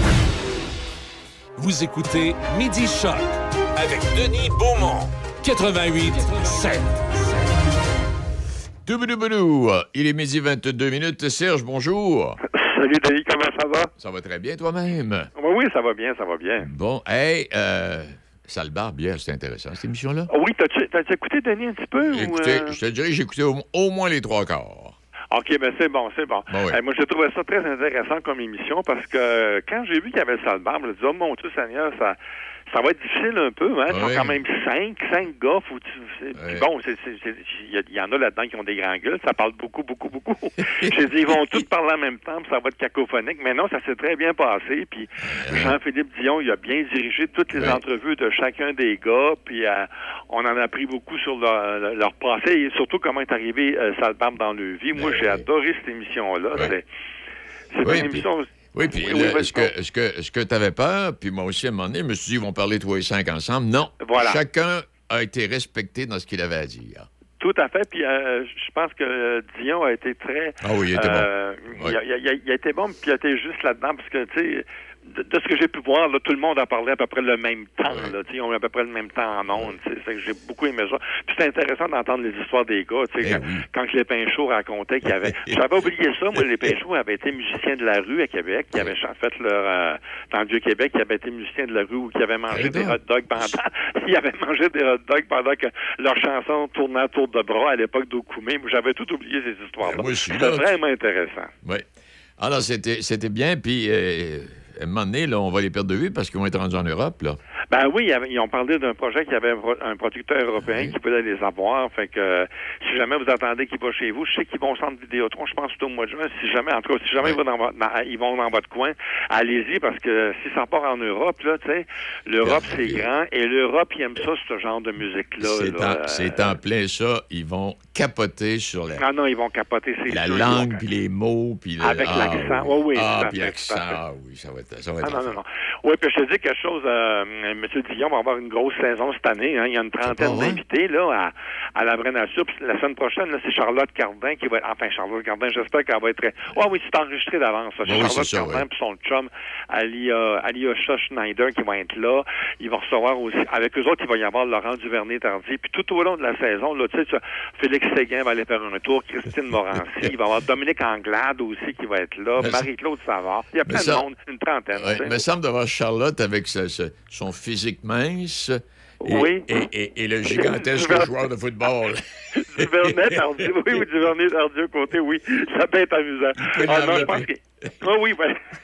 S15: Vous écoutez Midi Choc avec Denis Beaumont. 88.7.
S1: Douboudouboudou, il est midi 22 minutes. Serge, bonjour.
S20: Salut Denis, comment ça va?
S1: Ça va très bien toi-même?
S20: Oui, ça va bien, ça va bien.
S1: Bon, hey, Sale Barbe, hier, c'était intéressant, cette émission-là.
S20: Oui, t'as écouté Denis un petit peu?
S1: Écoutez, je te dirais que j'ai écouté au moins les 3/4.
S20: OK, ben c'est bon.
S1: Bon, oui.
S20: Moi, j'ai trouvé ça très intéressant comme émission parce que quand j'ai vu qu'il y avait Sale Barbe, je me suis dit, oh mon Dieu Seigneur, ça va être difficile un peu, hein? Ils sont quand même 5 gars. Puis bon, il y en a là-dedans qui ont des grands gueules. Ça parle beaucoup. J'ai dit, ils vont tous parler en même temps, puis ça va être cacophonique. Mais non, ça s'est très bien passé. Puis Jean-Philippe Dion, il a bien dirigé toutes les entrevues de chacun des gars. Puis on en a appris beaucoup sur leur passé et surtout comment est arrivé Sale Barbe dans leur vie. Moi, j'ai adoré cette émission-là. C'est une émission...
S1: Oui, puis est-ce que tu avais peur? Puis moi aussi, à un moment donné, je me suis dit, ils vont parler 3 et 5 ensemble. Non. Voilà. Chacun a été respecté dans ce qu'il avait à dire.
S20: Tout à fait. Puis je pense que Dion a été très...
S1: Ah oui, il était bon.
S20: Il a été bon, puis il a été juste là-dedans, parce que, tu sais... De ce que j'ai pu voir, là, tout le monde a parlé à peu près le même temps. Là, ils ont eu à peu près le même temps en ondes. J'ai beaucoup aimé ça. Puis c'est intéressant d'entendre les histoires des gars. Quand les Pinchot racontaient qu'il y avait... J'avais oublié ça, moi, les Pinchot avaient été musiciens de la rue à Québec, qui avaient fait leur... dans le Vieux-Québec, qui avaient été musiciens de la rue ou qui avaient mangé des hot dogs pendant... Ils avaient mangé des hot dogs pendant que leur chanson tournait à tour de bras à l'époque d'Okoumé. J'avais tout oublié ces histoires-là. C'était vraiment intéressant.
S1: Oui. Alors, c'était bien, puis... à un moment donné, là, on va les perdre de vue parce qu'ils vont être rendus en Europe, là.
S20: Ben oui, ils ont parlé d'un projet qu'il y avait un producteur européen qui voulait les avoir. Fait que si jamais vous attendez qu'il va chez vous, je sais qu'ils vont au centre Vidéotron, je pense que c'est au mois de juin. Si jamais ils vont dans votre coin, allez-y, parce que si ça part en Europe, là, tu sais, l'Europe, c'est grand, et l'Europe, ils aiment ça, ce genre de musique-là.
S1: C'est en plein ça. Ils vont capoter sur
S20: non, ils vont capoter, c'est
S1: la
S20: sûr,
S1: langue, puis les mots, puis
S20: avec l'accent. Oui,
S1: puis l'accent, oui, ça va être
S20: non. Oui, puis je te dis quelque chose, M. Dion va avoir une grosse saison cette année. Hein. Il y a une trentaine d'invités là à la Vraie Nature. Puis la semaine prochaine, là, c'est Charlotte Cardin qui va être... Enfin, Charlotte Cardin, j'espère qu'elle va être... oui, c'est enregistré d'avance. C'est Charlotte Cardin puis son chum, Alyosha Schneider, qui va être là. Ils vont recevoir aussi... Avec eux autres, il va y avoir Laurent Duvernay-Tardy. Puis tout au long de la saison, là, tu sais, Félix Séguin va aller faire un tour, Christine Morancy. Il va y avoir Dominique Anglade aussi qui va être là, Marie-Claude Savard. Il y a plein de monde, une trentaine.
S1: Il me semble d'avoir Charlotte avec son physique mince et le gigantesque joueur de football.
S20: Duvernay-Tardy, Duvernay-Tardy au côté, oui. Ça peut être amusant. Non, je pense que... oui.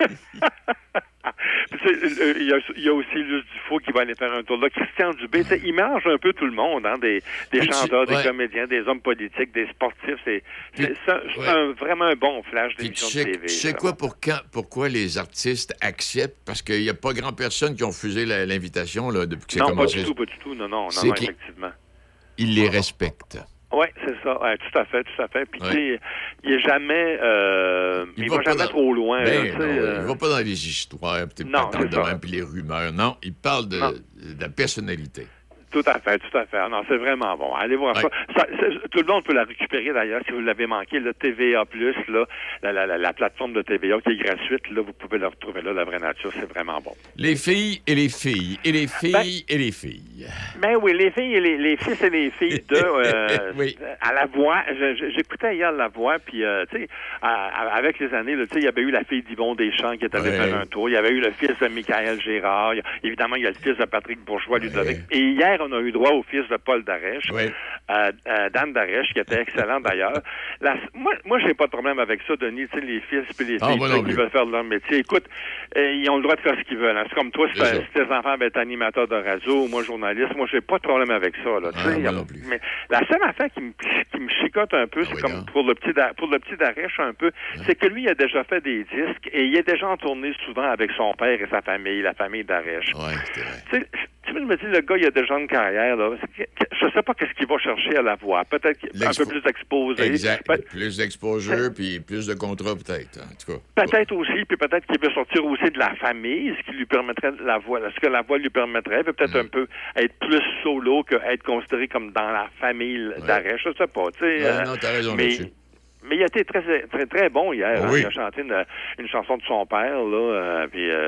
S20: Il y a aussi Luce Dufault qui va aller faire un tour là. Christian Dubé, il mélange un peu tout le monde, hein, des chanteurs, des comédiens, des hommes politiques, des sportifs. C'est vraiment un bon flash d'émission de TV.
S1: Tu sais quoi, pourquoi les artistes acceptent? Parce qu'il n'y a pas grand personne qui ont refusé l'invitation là, depuis que c'est commencé.
S20: Non, pas du tout. Non, effectivement.
S1: Ils les respectent.
S20: Oui, c'est ça. Tout à fait. Puis, tu sais, il n'est jamais... il va jamais trop loin.
S1: Il ne va pas dans les histoires, puis les rumeurs. Non, il parle de la personnalité.
S20: Tout à fait. Non, c'est vraiment bon. Allez voir ça. Tout le monde peut la récupérer, d'ailleurs, si vous l'avez manqué. Le TVA+, là, la plateforme de TVA qui est gratuite, là, vous pouvez la retrouver là, La Vraie Nature. C'est vraiment bon.
S1: Les filles et les filles. Et les filles et les filles.
S20: Ben oui, les filles et les fils et les filles à La Voix. J'écoutais hier La Voix, puis, tu sais, avec les années, tu sais, il y avait eu la fille d'Yvon Deschamps qui est allée faire un tour. Il y avait eu le fils de Michael Gérard. Évidemment, il y a le fils de Patrick Bourgeois, Ludovic. Et hier, on a eu droit au fils de Paul Darèche, Dan Darèche, qui était excellent d'ailleurs. Moi, j'ai pas de problème avec ça, Denis, tu sais, les fils et les filles qui veulent faire leur métier. Écoute, ils ont le droit de faire ce qu'ils veulent. Hein. C'est comme toi, si tes enfants avaient été animateurs de radio, moi, journaliste, moi, j'ai pas de problème avec ça. Là, mais la seule affaire qui me chicote un peu, c'est comme pour le petit Darèche un peu, c'est que lui, il a déjà fait des disques et il est déjà en tournée souvent avec son père et sa famille, la famille Darèche. Tu me dis, le gars, il a déjà une carrière. Là. Je sais pas qu'est-ce qu'il va chercher à La Voix. Peut-être un peu plus exposé.
S1: Exact. Plus d'exposure, puis plus de contrats, peut-être. En tout cas.
S20: Peut-être aussi, puis peut-être qu'il veut sortir aussi de la famille, ce qui lui permettrait La Voix. Ce que La Voix lui permettrait, peut-être un peu être plus solo qu'être considéré comme dans la famille Darèche. Je sais pas.
S1: Non, t'as raison là-dessus.
S20: Mais il a été très, très, très bon hier. Il a chanté une chanson de son père, là.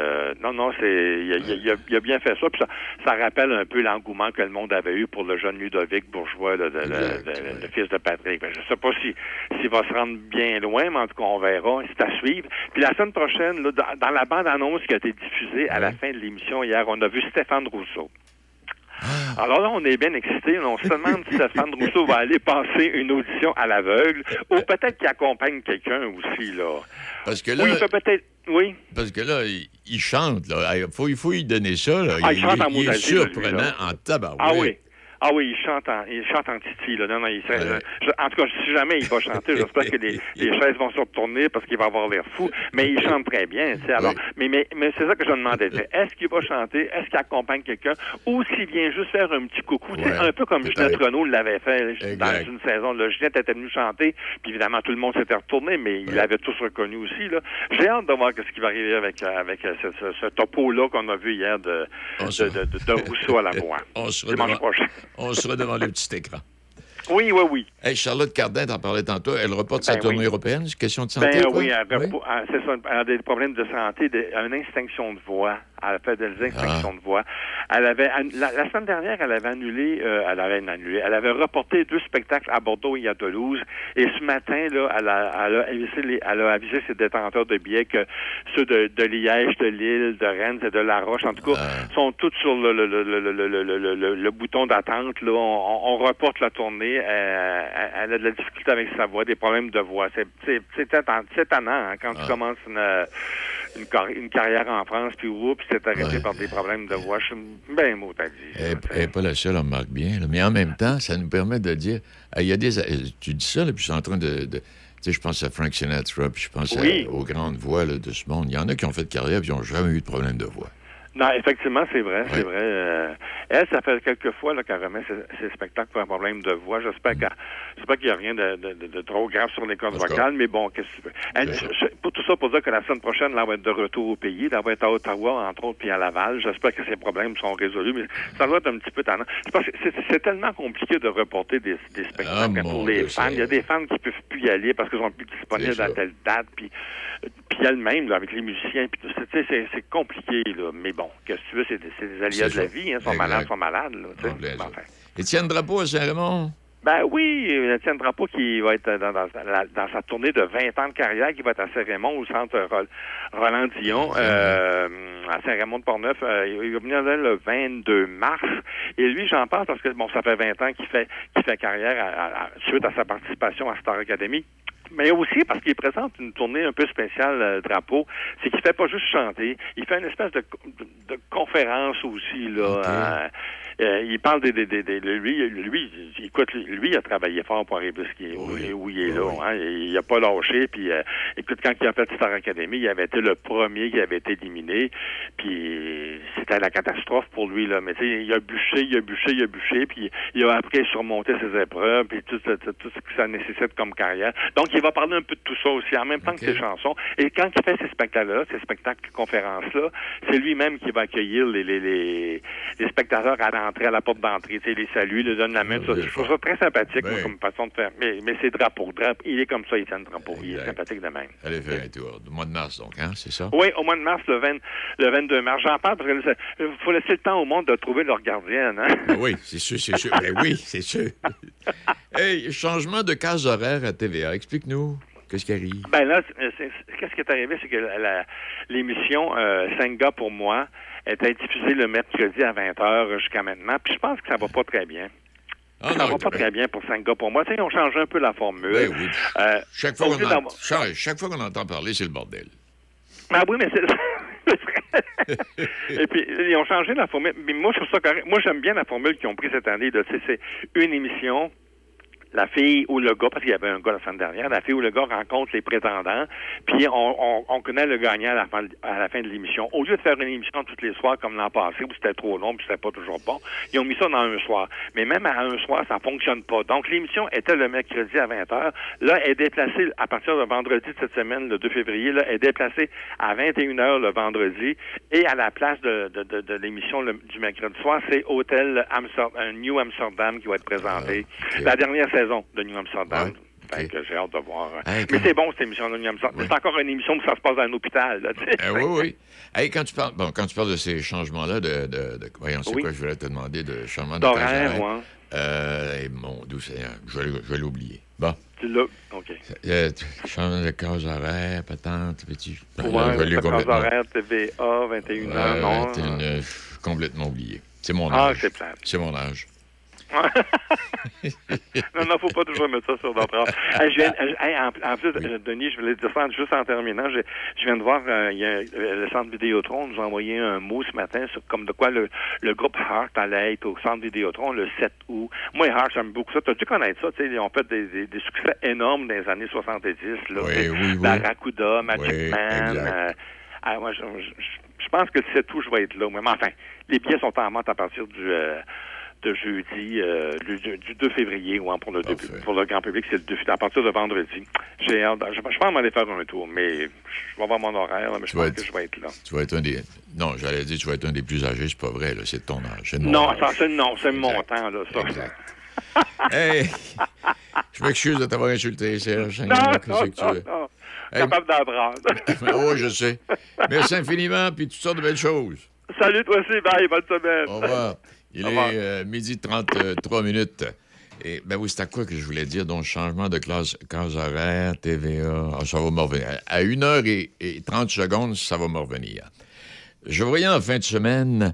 S20: Il a bien fait ça. Puis ça rappelle un peu l'engouement que le monde avait eu pour le jeune Ludovic Bourgeois, le fils de Patrick. Je sais pas s'il va se rendre bien loin, mais en tout cas, on verra. C'est à suivre. Puis la semaine prochaine, là, dans la bande-annonce qui a été diffusée à la fin de l'émission hier, on a vu Stéphane Rousseau. Alors là, on est bien excités. On se demande si Stéphane Rousseau va aller passer une audition à l'aveugle ou peut-être qu'il accompagne quelqu'un aussi, là.
S1: Parce que là...
S20: Oui,
S1: Parce que là, il chante, là. Il faut lui donner ça, là.
S20: Il chante en
S1: il est surprenant en tabarouette.
S20: Ah oui, il chante en titi, là. Non, en tout cas, si jamais il va chanter, j'espère que les chaises vont se retourner parce qu'il va avoir l'air fou. Mais il chante très bien, tu sais. Alors, mais c'est ça que je me demandais. Est-ce qu'il va chanter? Est-ce qu'il accompagne quelqu'un? Ou s'il vient juste faire un petit coucou? Tu sais, un peu comme Ginette Renault l'avait fait dans une saison. Là, Ginette était venue chanter, puis évidemment, tout le monde s'était retourné, mais il l'avait tous reconnu aussi, là. J'ai hâte de voir ce qui va arriver avec ce topo-là qu'on a vu hier de Rousseau à La Voix. Dimanche prochain.
S1: On sera devant le petit écran.
S20: Oui.
S1: Hey, Charlotte Cardin, t'en parlais tantôt, elle reporte sa tournée européenne. C'est question de santé, quoi?
S20: Oui, c'est ça. Elle a des problèmes de santé, une extinction de voix. Elle a fait des extinctions de voix. Elle avait la semaine dernière, elle avait reporté 2 spectacles à Bordeaux et à Toulouse. Et ce matin, là, elle a avisé ses détenteurs de billets que ceux de Liège, de Lille, de Rennes et de La Roche, en tout cas, sont tous sur le bouton d'attente. Là, on reporte la tournée. Elle a de la difficulté avec sa voix, des problèmes de voix. C'est étonnant hein, quand tu commences une carrière en France, puis oups, s'est arrêté par des problèmes de voix. Je suis bien mot à dire.
S1: Elle n'est pas la seule, on remarque bien. Là. Mais en même temps, ça nous permet de dire... Il y a des... Tu dis ça, là, puis je suis en train de tu sais, je pense à Frank Sinatra, puis je pense aux grandes voix là, de ce monde. Il y en a qui ont fait de carrière, puis qui n'ont jamais eu de problème de voix.
S20: Non, effectivement, c'est vrai, c'est vrai. Elle, ça fait quelques fois là, qu'elle remet ses spectacles pour un problème de voix. J'espère qu'il n'y a rien de trop grave sur les cordes vocales, mais bon, qu'est-ce que tu veux. Elle, pour tout ça, pour dire que la semaine prochaine, là, elle va être de retour au pays, elle va être à Ottawa, entre autres, puis à Laval. J'espère que ces problèmes sont résolus, mais ça doit être un petit peu tannant. C'est tellement compliqué de reporter des spectacles pour les fans. Il y a des fans qui ne peuvent plus y aller parce qu'ils sont plus disponibles à telle date, puis elle-même, là, avec les musiciens, puis tout ça, c'est compliqué, là, mais bon, qu'est-ce que tu veux, c'est des alias de la vie, hein, sont malades, là, tu sais. Enfin.
S1: Étienne Drapeau à Saint-Raymond?
S20: Ben oui, Étienne Drapeau qui va être dans sa tournée de 20 ans de carrière, qui va être à Saint-Raymond, au centre Roland-Dion, à Saint-Raymond-de-Portneuf. Il va venir là, le 22 mars. Et lui, j'en parle parce que, bon, ça fait 20 ans qu'il fait carrière suite à sa participation à Star Academy. Mais aussi parce qu'il présente une tournée un peu spéciale, Drapeau. C'est qu'il fait pas juste chanter, il fait une espèce de conférence aussi, là. Il parle lui, il a travaillé fort pour arriver où il est là. Hein. Il a pas lâché. Puis, écoute, quand il a fait Star Academy, il avait été le premier qui avait été éliminé. Puis, c'était la catastrophe pour lui, là. Mais tu sais, il a bûché. Puis, il a appris à surmonter ses épreuves, puis tout ce que ça nécessite comme carrière. Donc, il va parler un peu de tout ça aussi, en même temps que ses chansons. Et quand il fait ces spectacles-là, ces spectacles-conférences-là, c'est lui-même qui va accueillir les spectateurs à l'entrée, à la porte d'entrée. Tu sais, les salue, il donne la main. Je trouve ça très sympathique comme façon de faire. Mais c'est Drapeau. Il est comme ça, Étienne Drapeau. Il est sympathique de même.
S1: Allez faire un tour. Au mois de mars, donc, hein, c'est ça?
S20: Oui, au mois de mars, le 22 mars. J'en parle parce qu'il faut laisser le temps au monde de trouver leur gardienne. Hein?
S1: Oui, c'est sûr. Ben oui, c'est sûr. Hey, changement de case horaire à TVA. Explique-nous. Qu'est-ce qui arrive?
S20: Ben là, qu'est-ce qui est arrivé, c'est que l'émission 5 gars pour moi était diffusée le mercredi à 20h jusqu'à maintenant. Puis je pense que ça va pas très bien. Ça va pas très bien pour 5 gars pour moi. Tu sais, ils ont changé un peu la formule.
S1: Ben oui. Chaque fois qu'on entend parler, c'est le bordel.
S20: Ah oui, mais c'est... Et puis, ils ont changé la formule. Mais moi, je trouve ça correct. Moi, j'aime bien la formule qu'ils ont pris cette année. Tu sais, c'est une émission... La fille ou le gars, parce qu'il y avait un gars la semaine dernière, la fille ou le gars rencontre les prétendants, puis on connaît le gagnant à la fin de l'émission. Au lieu de faire une émission tous les soirs comme l'an passé, où c'était trop long, puis c'était pas toujours bon, ils ont mis ça dans un soir. Mais même à un soir, ça fonctionne pas. Donc, l'émission était le mercredi à 20h. Là, elle est déplacée à partir de vendredi de cette semaine, le 2 février, là, elle est déplacée à 21h le vendredi, et à la place de l'émission du mercredi soir, c'est Hôtel New Amsterdam qui va être présenté. La dernière saison de New Amsterdam. Fait que j'ai hâte de voir. Mais c'est bon, cette émission de New Amsterdam. C'est encore une émission où ça se passe dans un hôpital. Là,
S1: oui. Hey, quand tu parles de ces changements-là, voyons, c'est quoi je voulais te demander de changement
S20: d'horaire,
S1: mon doux Seigneur, je vais l'oublier. Bon.
S20: Tu l'as? OK.
S1: Changement de case horaire, patente, petit.
S20: Case horaire, TVA, 21h, non?
S1: Complètement oublié. C'est mon âge.
S20: C'est plate.
S1: C'est mon âge.
S20: non, faut pas toujours mettre ça sur notre âge. En plus, Denis, je voulais dire ça juste en terminant. Je viens de voir, le Centre Vidéotron nous a envoyé un mot ce matin sur comme de quoi le groupe Heart allait être au Centre Vidéotron le 7 août. Moi, Heart, j'aime beaucoup ça. T'as dû connaître ça, tu sais, ils ont fait des succès énormes dans les années 70, là.
S1: Oui.
S20: Barracuda, Magic Man. Moi, je pense que le 7 août, je vais être là. Mais enfin, les billets sont en vente à partir de jeudi, du 2 février, pour le grand public, c'est à partir de vendredi. J'ai hâte, je pense m'aller faire un tour, mais je vais avoir mon horaire, mais je pense que je vais être là.
S1: Tu vas être un des... Non, j'allais dire tu vas être un des plus âgés, c'est pas vrai, là, c'est de ton âge.
S20: C'est mon temps, là, ça.
S1: Exact. Hey! Je m'excuse de t'avoir insulté, Serge.
S20: Non. Capable d'apprendre.
S1: Oh, je sais. Merci infiniment, puis toutes sortes de belles choses.
S20: Salut, toi aussi, bye, bonne semaine.
S1: Au revoir. Il est midi 33 minutes. Et ben oui, c'est à quoi que je voulais dire? Donc, changement de case horaire, TVA, ça va me revenir. À 1h30, ça va me revenir. Je voyais en fin de semaine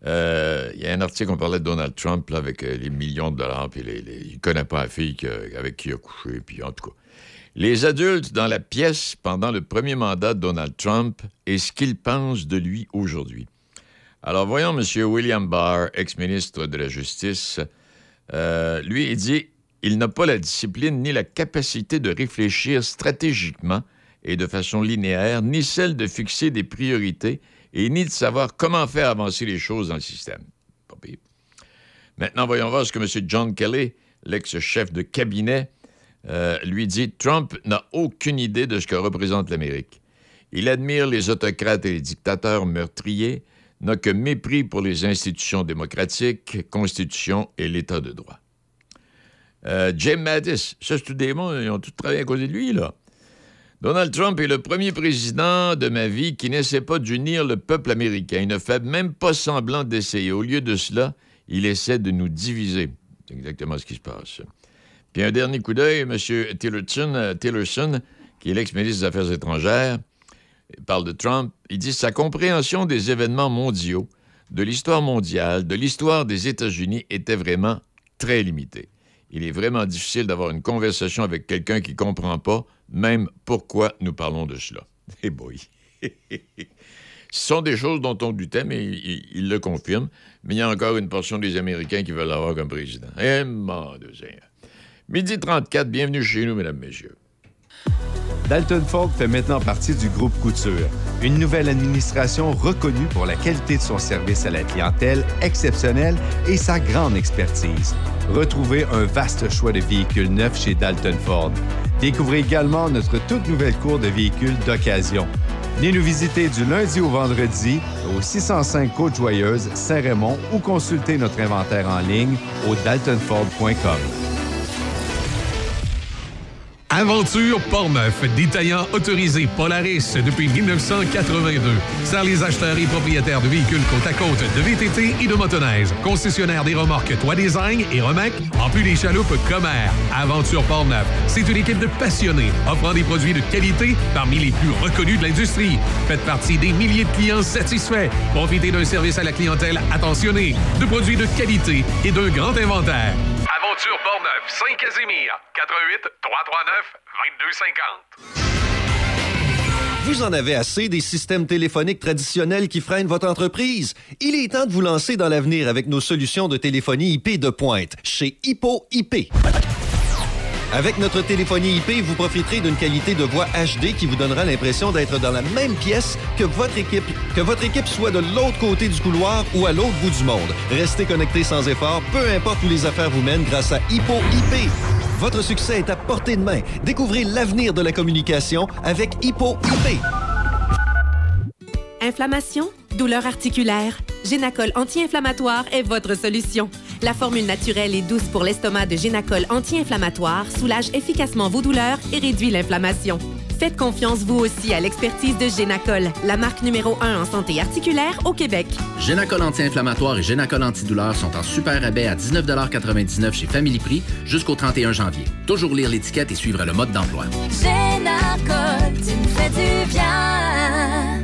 S1: Il y a un article, on parlait de Donald Trump là, avec les millions de dollars, puis il ne connaît pas la fille avec qui il a couché, puis en tout cas. Les adultes dans la pièce pendant le premier mandat de Donald Trump et ce qu'ils pensent de lui aujourd'hui. Alors, voyons M. William Barr, ex-ministre de la Justice. Lui, il dit « Il n'a pas la discipline ni la capacité de réfléchir stratégiquement et de façon linéaire, ni celle de fixer des priorités et ni de savoir comment faire avancer les choses dans le système. » Pas pire. Maintenant, voyons voir ce que M. John Kelly, l'ex-chef de cabinet, lui dit « Trump n'a aucune idée de ce que représente l'Amérique. Il admire les autocrates et les dictateurs meurtriers, n'a que mépris pour les institutions démocratiques, Constitution et l'État de droit. » Jim Mattis, ça c'est tout des mots, ils ont tous travaillé à cause de lui, là. Donald Trump est le premier président de ma vie qui n'essaie pas d'unir le peuple américain. Il ne fait même pas semblant d'essayer. Au lieu de cela, il essaie de nous diviser. C'est exactement ce qui se passe. Puis un dernier coup d'œil, M. Tillerson, qui est l'ex-ministre des Affaires étrangères, il parle de Trump. Il dit « Sa compréhension des événements mondiaux, de l'histoire mondiale, de l'histoire des États-Unis était vraiment très limitée. Il est vraiment difficile d'avoir une conversation avec quelqu'un qui ne comprend pas, même pourquoi nous parlons de cela. » Eh boy! Ce sont des choses dont on doutait, mais il le confirme. Mais il y a encore une portion des Américains qui veulent l'avoir comme président. Eh, mon Dieu Seigneur. 12h34, bienvenue chez nous, mesdames, messieurs.
S21: Dalton Ford fait maintenant partie du groupe Couture. Une nouvelle administration reconnue pour la qualité de son service à la clientèle exceptionnelle et sa grande expertise. Retrouvez un vaste choix de véhicules neufs chez Dalton Ford. Découvrez également notre toute nouvelle cour de véhicules d'occasion. Venez nous visiter du lundi au vendredi au 605 Côte-Joyeuse, Saint-Raymond ou consultez notre inventaire en ligne au daltonford.com.
S7: Aventure Portneuf, détaillant autorisé Polaris depuis 1982. Sert les acheteurs et propriétaires de véhicules côte à côte, de VTT et de motoneige. Concessionnaire des remorques Toit Design et Remac, en plus des chaloupes Comair. Aventure Portneuf, c'est une équipe de passionnés offrant des produits de qualité parmi les plus reconnus de l'industrie. Faites partie des milliers de clients satisfaits. Profitez d'un service à la clientèle attentionné, de produits de qualité et d'un grand inventaire. Aventure Portneuf, Saint-Casimir, 88 339 2250.
S10: Vous en avez assez des systèmes téléphoniques traditionnels qui freinent votre entreprise? Il est temps de vous lancer dans l'avenir avec nos solutions de téléphonie IP de pointe chez Hippo IP. Avec notre téléphonie IP, vous profiterez d'une qualité de voix HD qui vous donnera l'impression d'être dans la même pièce que votre équipe soit de l'autre côté du couloir ou à l'autre bout du monde. Restez connectés sans effort, peu importe où les affaires vous mènent grâce à Hippo IP. Votre succès est à portée de main. Découvrez l'avenir de la communication avec Hippo IP.
S18: Inflammation? Douleur articulaire? Génacol anti-inflammatoire est votre solution. La formule naturelle et douce pour l'estomac de Génacol anti-inflammatoire soulage efficacement vos douleurs et réduit l'inflammation. Faites confiance vous aussi à l'expertise de Génacol, la marque numéro 1 en santé articulaire au Québec.
S19: Génacol anti-inflammatoire et Génacol antidouleur sont en super rabais à 19,99 $ chez Family Prix jusqu'au 31 janvier. Toujours lire l'étiquette et suivre le mode d'emploi.
S13: Génacol, tu me fais du bien.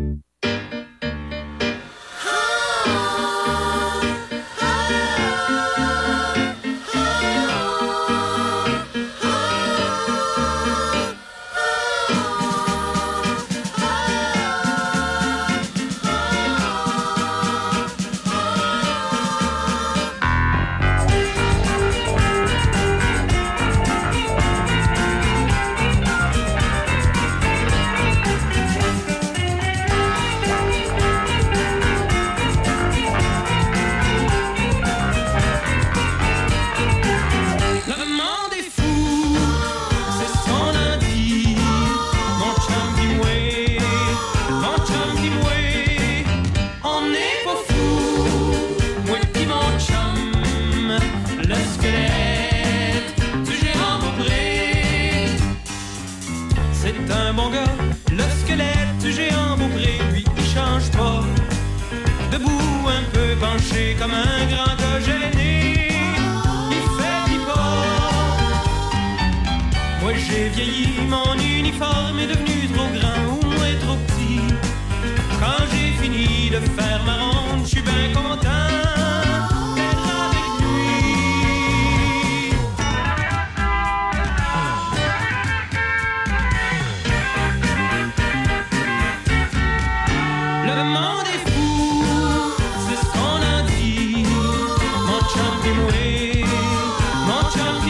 S3: Comme un grand gêné, il fait l'hypot. Moi j'ai vieilli, mon uniforme est devenu trop grand ou est trop petit. Quand j'ai fini de faire ma ronde, je suis bien content.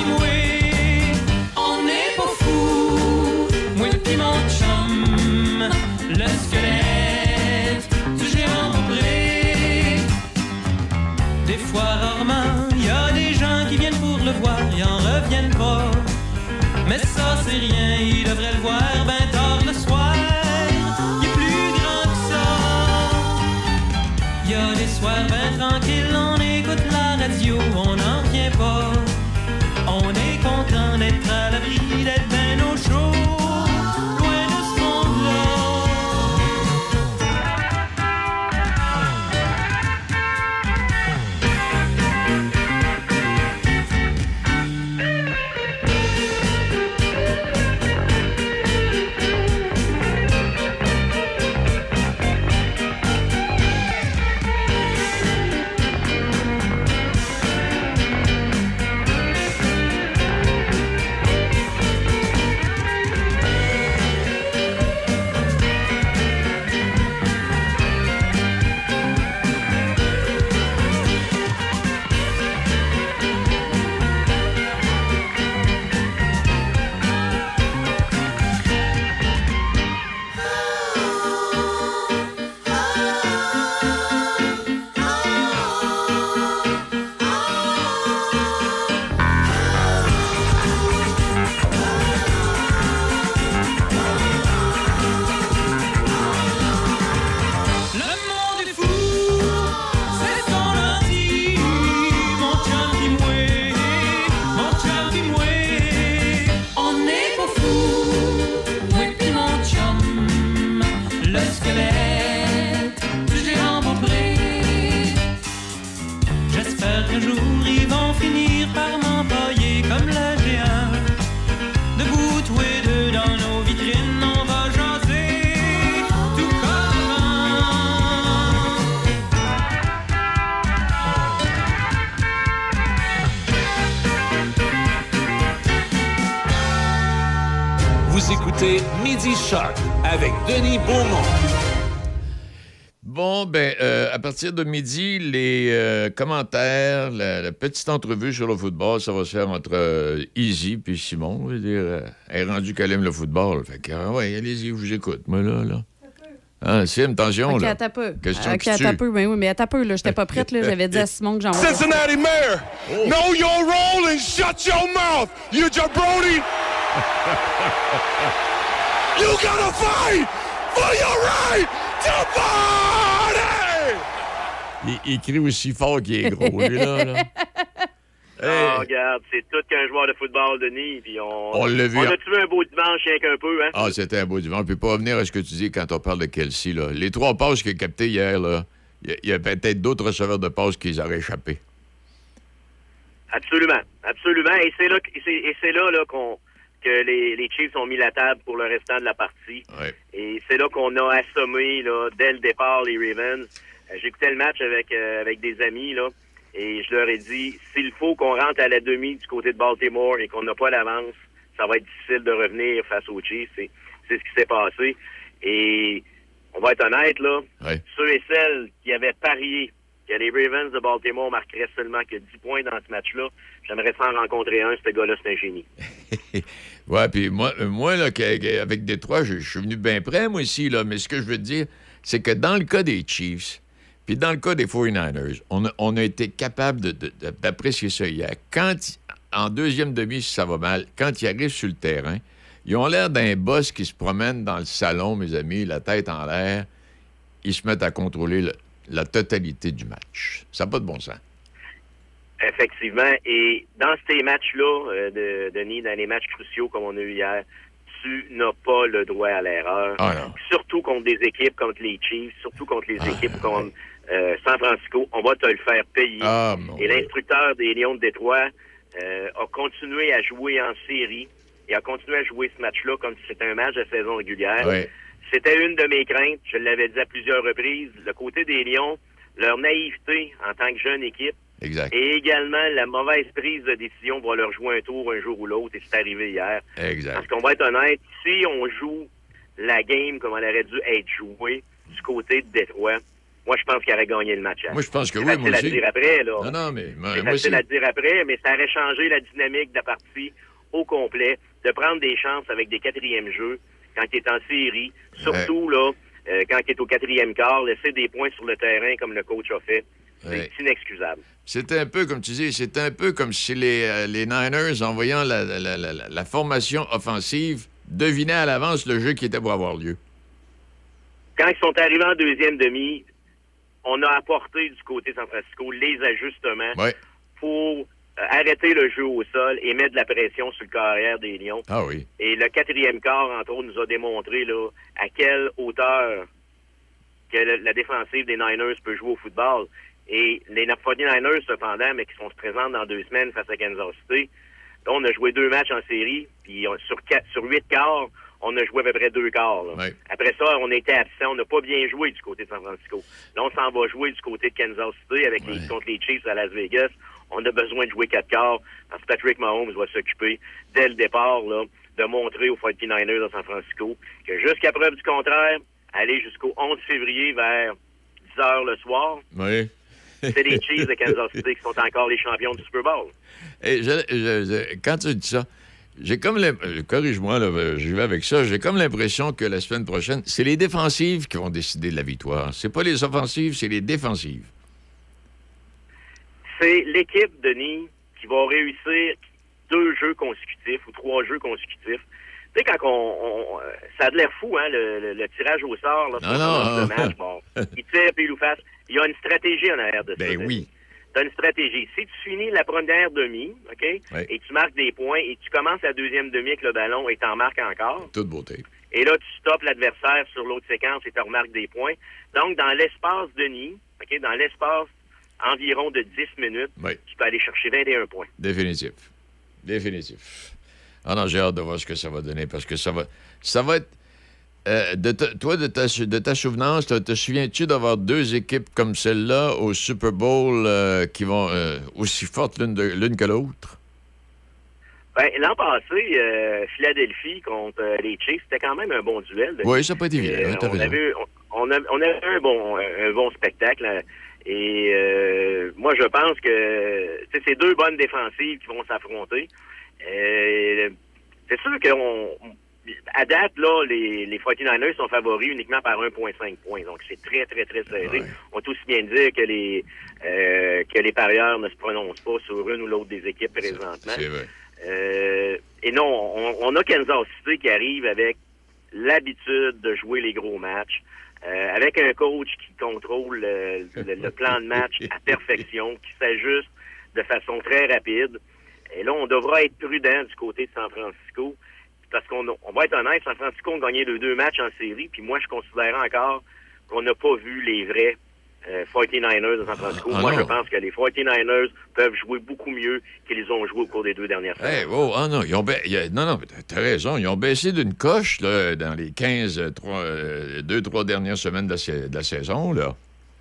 S3: pis moi, on n'est pas fou. Moi pis mon chum, le squelette du géant Bré. Des fois, rarement, y a des gens qui viennent pour le voir, y en reviennent pas. Mais ça, c'est rien, ils devraient le voir ben tard le soir. Il est plus grand que ça. Y a des soirs ben tranquilles, on écoute la radio, on n'en vient pas. On est content d'être à l'abri, d'être ben au chaud, loin de ce monde-là.
S15: écoutez Midi Choc avec Denis Beaumont.
S1: Bon, ben, à partir de midi, les commentaires, la petite entrevue sur le football, ça va se faire entre Izzy puis Simon. Je veux dire, elle est rendue qu'elle aime le football. Fait que, ouais, allez-y, je vous écoute. Moi, là. Ah, Sim, attention, là.
S11: OK, attends peu.
S1: Question
S11: OK, attends peu. Ben oui, mais attends peu, là. J'étais pas prête, là. J'avais dit à Simon que j'envoie.
S5: Cincinnati Mayor, know your role and shut your mouth, you jabroni! You gotta fight for your right to party!
S1: Il crie aussi fort qu'il est gros, lui, là.
S4: Ah, regarde, c'est tout qu'un joueur de football, Denis, puis
S1: on l'a vu.
S4: On a tué un beau dimanche, rien qu'un peu, hein?
S1: Ah, c'était un beau dimanche. Puis pas revenir à ce que tu dis quand on parle de Kelsey, là. Les 3 passes qu'il a captées hier, là, il y a peut-être d'autres receveurs de passes qui les auraient échappés.
S4: Absolument, absolument. Et c'est là, que les Chiefs ont mis la table pour le restant de la partie.
S1: Ouais.
S4: Et c'est là qu'on a assommé, là, dès le départ, les Ravens. J'écoutais le match avec des amis, là. Et je leur ai dit, s'il faut qu'on rentre à la demi du côté de Baltimore et qu'on n'a pas l'avance, ça va être difficile de revenir face aux Chiefs. C'est ce qui s'est passé. Et on va être honnête, là, ceux et celles qui avaient parié que les Ravens de Baltimore marqueraient seulement que 10 points dans ce match-là, j'aimerais s'en rencontrer un. Ce gars-là, c'est un génie.
S1: Ouais, puis moi là, avec Détroit, je suis venu bien près, moi, ici, là. Mais ce que je veux te dire, c'est que dans le cas des Chiefs, puis dans le cas des 49ers, on a été capable d'apprécier ça hier. En deuxième demi, si ça va mal, quand ils arrivent sur le terrain, ils ont l'air d'un boss qui se promène dans le salon, mes amis, la tête en l'air. Ils se mettent à contrôler la totalité du match. Ça n'a pas de bon sens.
S4: Effectivement. Et dans ces matchs-là, Denis, dans les matchs cruciaux comme on a eu hier, tu n'as pas le droit à l'erreur.
S1: Ah, non.
S4: Surtout contre des équipes contre les Chiefs, surtout contre les équipes comme San Francisco. On va te le faire payer. Et l'instructeur des Lions de Détroit a continué à jouer en série et a continué à jouer ce match-là comme si c'était un match de saison régulière.
S1: Ouais.
S4: C'était une de mes craintes. Je l'avais dit à plusieurs reprises. Le côté des Lions, leur naïveté en tant que jeune équipe,
S1: exact.
S4: et également la mauvaise prise de décision va leur jouer un tour un jour ou l'autre, et c'est arrivé hier.
S1: Exact.
S4: Parce qu'on va être honnête, si on joue la game comme elle aurait dû être jouée du côté de Détroit, Moi, je pense qu'il aurait gagné le match.
S1: Moi, je pense que oui,
S4: c'est
S1: moi
S4: facile
S1: aussi.
S4: à dire après, là.
S1: Non, mais
S4: c'est
S1: moi
S4: facile
S1: aussi.
S4: à dire après, mais ça aurait changé la dynamique de la partie au complet, de prendre des chances avec des quatrièmes jeux quand il est en série, surtout là, quand il est au quatrième quart, laisser des points sur le terrain comme le coach a fait. C'est inexcusable.
S1: C'était un peu, comme tu dis, c'était un peu comme si les Niners, en voyant la formation offensive, devinaient à l'avance le jeu qui était pour avoir lieu.
S4: Quand ils sont arrivés en deuxième demi, on a apporté du côté San Francisco les ajustements pour arrêter le jeu au sol et mettre de la pression sur le carrière des Lions.
S1: Ah oui.
S4: Et le quatrième quart, entre autres, nous a démontré là, à quelle hauteur que la défensive des Niners peut jouer au football. Et les 49ers, cependant, mais qui sont présents dans 2 semaines face à Kansas City, là, on a joué 2 matchs en série, puis sur 8 quarts, on a joué à peu près 2 quarts. Là. Après ça, on était absent, on n'a pas bien joué du côté de San Francisco. Là, on s'en va jouer du côté de Kansas City avec contre les Chiefs à Las Vegas. On a besoin de jouer 4 quarts, parce que Patrick Mahomes va s'occuper, dès le départ, là, de montrer aux 49ers à San Francisco que jusqu'à preuve du contraire, aller jusqu'au 11 février vers 10 h le soir, c'est les Chiefs de Kansas City qui sont encore les champions du Super Bowl.
S1: Et quand tu dis ça, j'ai comme corrige-moi, là, j'y vais avec ça, j'ai comme l'impression que la semaine prochaine, c'est les défensives qui vont décider de la victoire. C'est pas les offensives, c'est les défensives.
S4: C'est l'équipe, Denis, qui va réussir 2 jeux consécutifs ou 3 jeux consécutifs. Tu sais, quand ça a de l'air fou, hein, le tirage au sort, là, le match, bon, il tire pile ou face. Il y a une stratégie en arrière de ça.
S1: Ben oui.
S4: Tu as une stratégie. Si tu finis la première demi, OK, et tu marques des points, et tu commences la deuxième demi avec le ballon et t'en marques encore.
S1: Toute beauté.
S4: Et là, tu stoppes l'adversaire sur l'autre séquence et tu remarques des points. Donc, dans l'espace Denis, OK, dans l'espace environ de 10 minutes, tu peux aller chercher 21 points.
S1: Définitif. Ah non, j'ai hâte de voir ce que ça va donner, parce que ça va être... toi, de ta souvenance, te souviens-tu d'avoir 2 équipes comme celle-là au Super Bowl qui vont aussi fortes l'une que l'autre?
S4: Ben, l'an passé, Philadelphie contre les Chiefs, c'était quand même un bon duel.
S1: Oui, ça n'a pas été évident.
S4: On avait un bon spectacle. Et moi, je pense que c'est 2 bonnes défensives qui vont s'affronter. C'est sûr qu'à date, là, les 49ers sont favoris uniquement par 1,5 points. Donc, c'est très, très, très serré. On peut aussi bien dire que les parieurs ne se prononcent pas sur une ou l'autre des équipes présentement.
S1: C'est vrai.
S4: Et non, on a Kansas City qui arrive avec l'habitude de jouer les gros matchs, avec un coach qui contrôle le plan de match à perfection, qui s'ajuste de façon très rapide. Et là, on devra être prudent du côté de San Francisco, parce qu'on va être honnête, San Francisco a gagné les 2 matchs en série, puis moi, je considère encore qu'on n'a pas vu les vrais 49ers de San Francisco. Moi, je pense que les 49ers peuvent jouer beaucoup mieux qu'ils ont joué au cours des 2 dernières semaines.
S1: Non, t'as raison. Ils ont baissé d'une coche là, dans les 2-3 dernières semaines de la saison, là.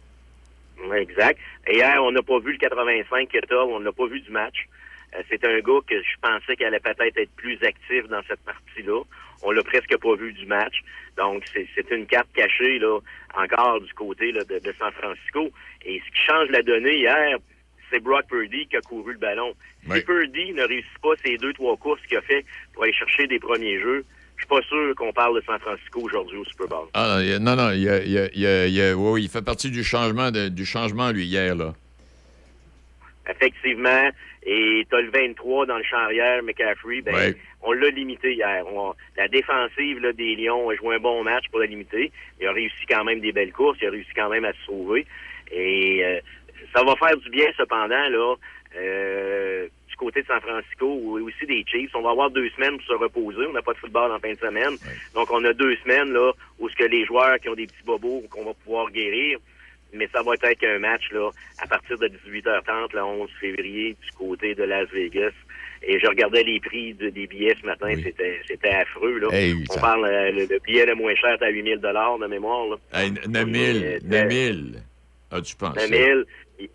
S4: Exact. Et hier, on n'a pas vu le 85-14, on n'a pas vu du match. C'est un gars que je pensais qu'il allait peut-être être plus actif dans cette partie-là. On l'a presque pas vu du match. Donc, c'est une carte cachée, là, encore du côté là, de San Francisco. Et ce qui change la donnée hier, c'est Brock Purdy qui a couru le ballon. Si Purdy ne réussit pas ces 2-3 courses qu'il a fait pour aller chercher des premiers jeux, je suis pas sûr qu'on parle de San Francisco aujourd'hui au Super Bowl.
S1: Ah non, il fait partie du changement, lui, hier, là.
S4: Effectivement. Et t'as le 23 dans le champ arrière, McCaffrey, on l'a limité hier. La défensive là, des Lions a joué un bon match pour la limiter. Il a réussi quand même des belles courses, il a réussi quand même à se sauver. Et ça va faire du bien cependant, là, du côté de San Francisco ou aussi des Chiefs. On va avoir 2 semaines pour se reposer. On n'a pas de football en fin de semaine. Donc on a 2 semaines là où ce que les joueurs qui ont des petits bobos qu'on va pouvoir guérir. Mais ça va être un match là à partir de 18h30, le 11 février, du côté de Las Vegas. Et je regardais les prix des billets ce matin, c'était affreux. Là. On parle, le billet le moins cher est à 8 000 $ de mémoire. Là.
S1: 9 000. Ah, tu penses?
S4: 9 000.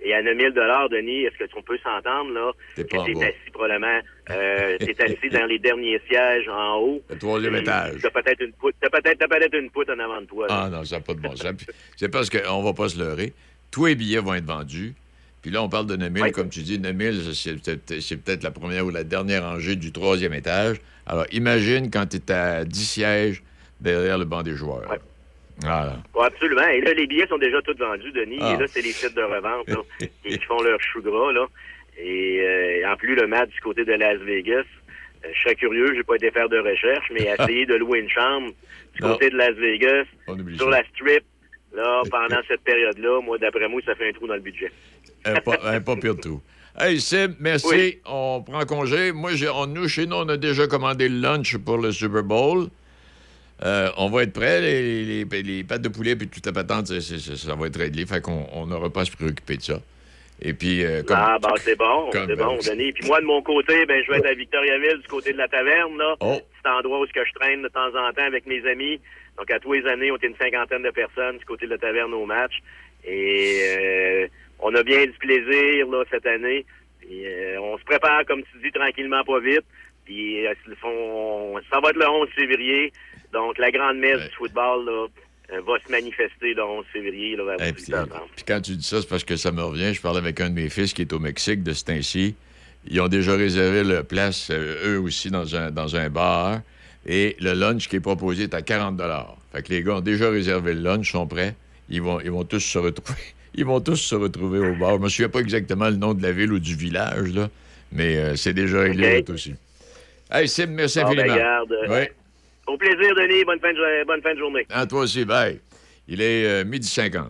S4: Et à 9 000 Denis, est-ce qu'on peut s'entendre, là?
S1: T'es pas en
S4: t'es
S1: bas.
S4: assis probablement, t'es assis dans les derniers sièges en haut.
S1: Le 3e étage.
S4: T'as peut-être une poutre en avant de toi. Là.
S1: Ah non, ça n'a pas de bon sens. Puis, c'est parce qu'on va pas se leurrer. Tous les billets vont être vendus. Puis là, on parle de 9 000, comme tu dis. 9 000, c'est peut-être la première ou la dernière rangée du 3e étage. Alors, imagine quand tu es à 10 sièges derrière le banc des joueurs.
S4: Ouais.
S1: Voilà.
S4: Ouais, absolument. Et là, les billets sont déjà tous vendus, Denis.
S1: Ah.
S4: Et là, c'est les sites de revente là, qui font leur chou gras. Là. Et en plus, le match du côté de Las Vegas, je serais curieux, j'ai pas été faire de recherche, mais essayer de louer une chambre du côté de Las Vegas, sur la strip, là, pendant cette période-là, moi, d'après moi, ça fait un trou dans le budget.
S1: Pas pire de tout. Hey, Seb, merci.
S4: Oui.
S1: On prend congé. Moi, chez nous, on a déjà commandé le lunch pour le Super Bowl. On va être prêts. Les pâtes de poulet puis toute la patente, ça va être réglé. Fait qu'on n'aura pas à se préoccuper de ça. Et puis,
S4: c'est bon, Denis. Puis moi, de mon côté, je vais être à Victoriaville, du côté de la taverne, là. Cet endroit où je traîne de temps en temps avec mes amis. Donc, à tous les années, on était une 50aine de personnes du côté de la taverne au match. Et on a bien du plaisir, là, cette année. Et, on se prépare, comme tu dis, tranquillement, pas vite. Puis, ça va être le 11 février. Donc, la grande messe du football, là, va se manifester le 11 février, là, vers 18h30.
S1: Puis quand tu dis ça, c'est parce que ça me revient. Je parlais avec un de mes fils qui est au Mexique de ce temps-ci. Ils ont déjà réservé leur place, eux aussi, dans un bar. Et le lunch qui est proposé est à 40 $. Fait que les gars ont déjà réservé le lunch, sont prêts. Ils vont tous se retrouver. Ils vont tous se retrouver au bar. Je me souviens pas exactement le nom de la ville ou du village, là, mais c'est déjà réglé là aussi. Hey, Sim, merci infiniment.
S4: Ouais. Au plaisir, Denis. Bonne fin de journée.
S1: À toi aussi, bye. Il est 12h50.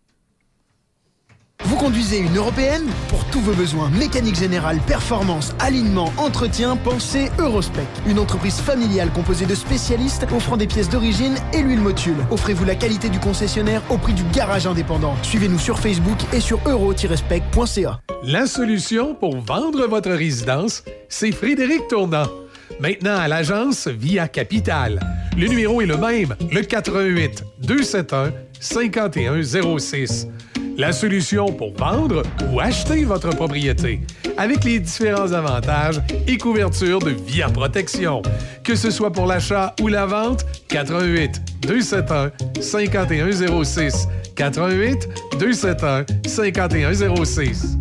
S12: Vous conduisez une européenne? Pour tous vos besoins mécanique générale, performance, alignement, entretien, pensez Eurospec. Une entreprise familiale composée de spécialistes offrant des pièces d'origine et l'huile Motul. Offrez-vous la qualité du concessionnaire au prix du garage indépendant. Suivez-nous sur Facebook et sur euro-spec.ca.
S7: La solution pour vendre votre résidence, c'est Frédéric Tournant. Maintenant à l'agence via Capital. Le numéro est le même, le 88 271 5106. La solution pour vendre ou acheter votre propriété, avec les différents avantages et couvertures de Via Protection. Que ce soit pour l'achat ou la vente, 88 271 5106. 88 271 5106.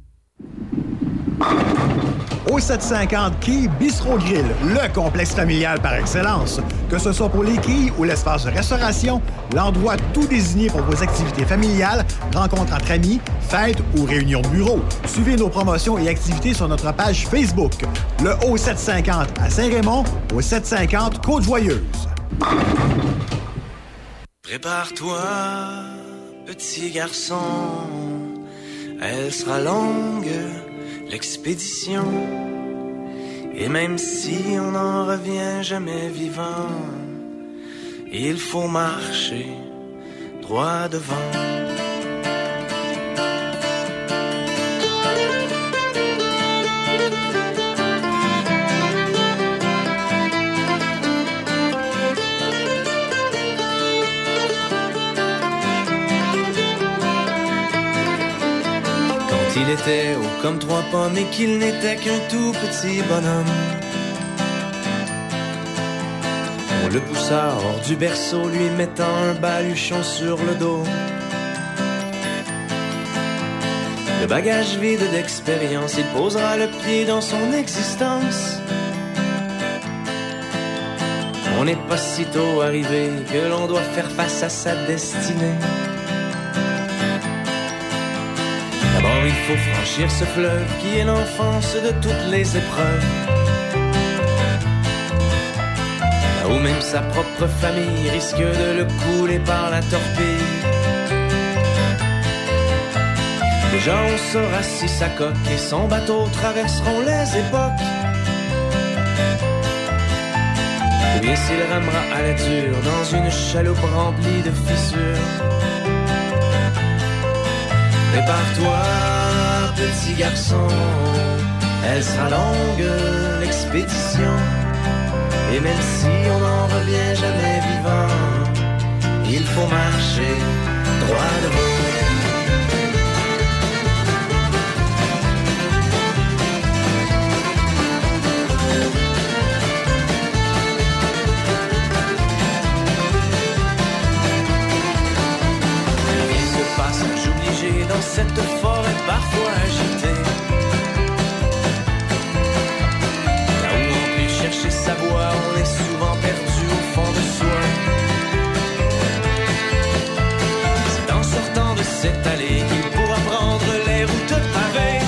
S22: Au 750 Quai Bistro Grill, le complexe familial par excellence. Que ce soit pour les quilles ou l'espace de restauration, l'endroit tout désigné pour vos activités familiales, rencontres entre amis, fêtes ou réunions de bureau. Suivez nos promotions et activités sur notre page Facebook. Le Haut-750 à Saint-Raymond, au 750 Côte-Joyeuse.
S3: Prépare-toi, petit garçon, elle sera longue, l'expédition. Et même si on n'en revient jamais vivant, il faut marcher droit devant. Il était haut comme 3 pommes et qu'il n'était qu'un tout petit bonhomme. On le poussa hors du berceau, lui mettant un baluchon sur le dos. Le bagage vide d'expérience, il posera le pied dans son existence. On n'est pas si tôt arrivé que l'on doit faire face à sa destinée. D'abord, il faut franchir ce fleuve qui est l'enfance de toutes les épreuves. Là où même sa propre famille risque de le couler par la torpille. Déjà, on saura si sa coque et son bateau traverseront les époques. Ou bien s'il ramera à la dure dans une chaloupe remplie de fissures. Prépare-toi, petit garçon, elle sera longue, l'expédition. Et même si on n'en revient jamais vivant, il faut marcher droit devant. est souvent perdu au fond de soi. C'est en sortant de cette allée qu'il pourra prendre les routes pavées,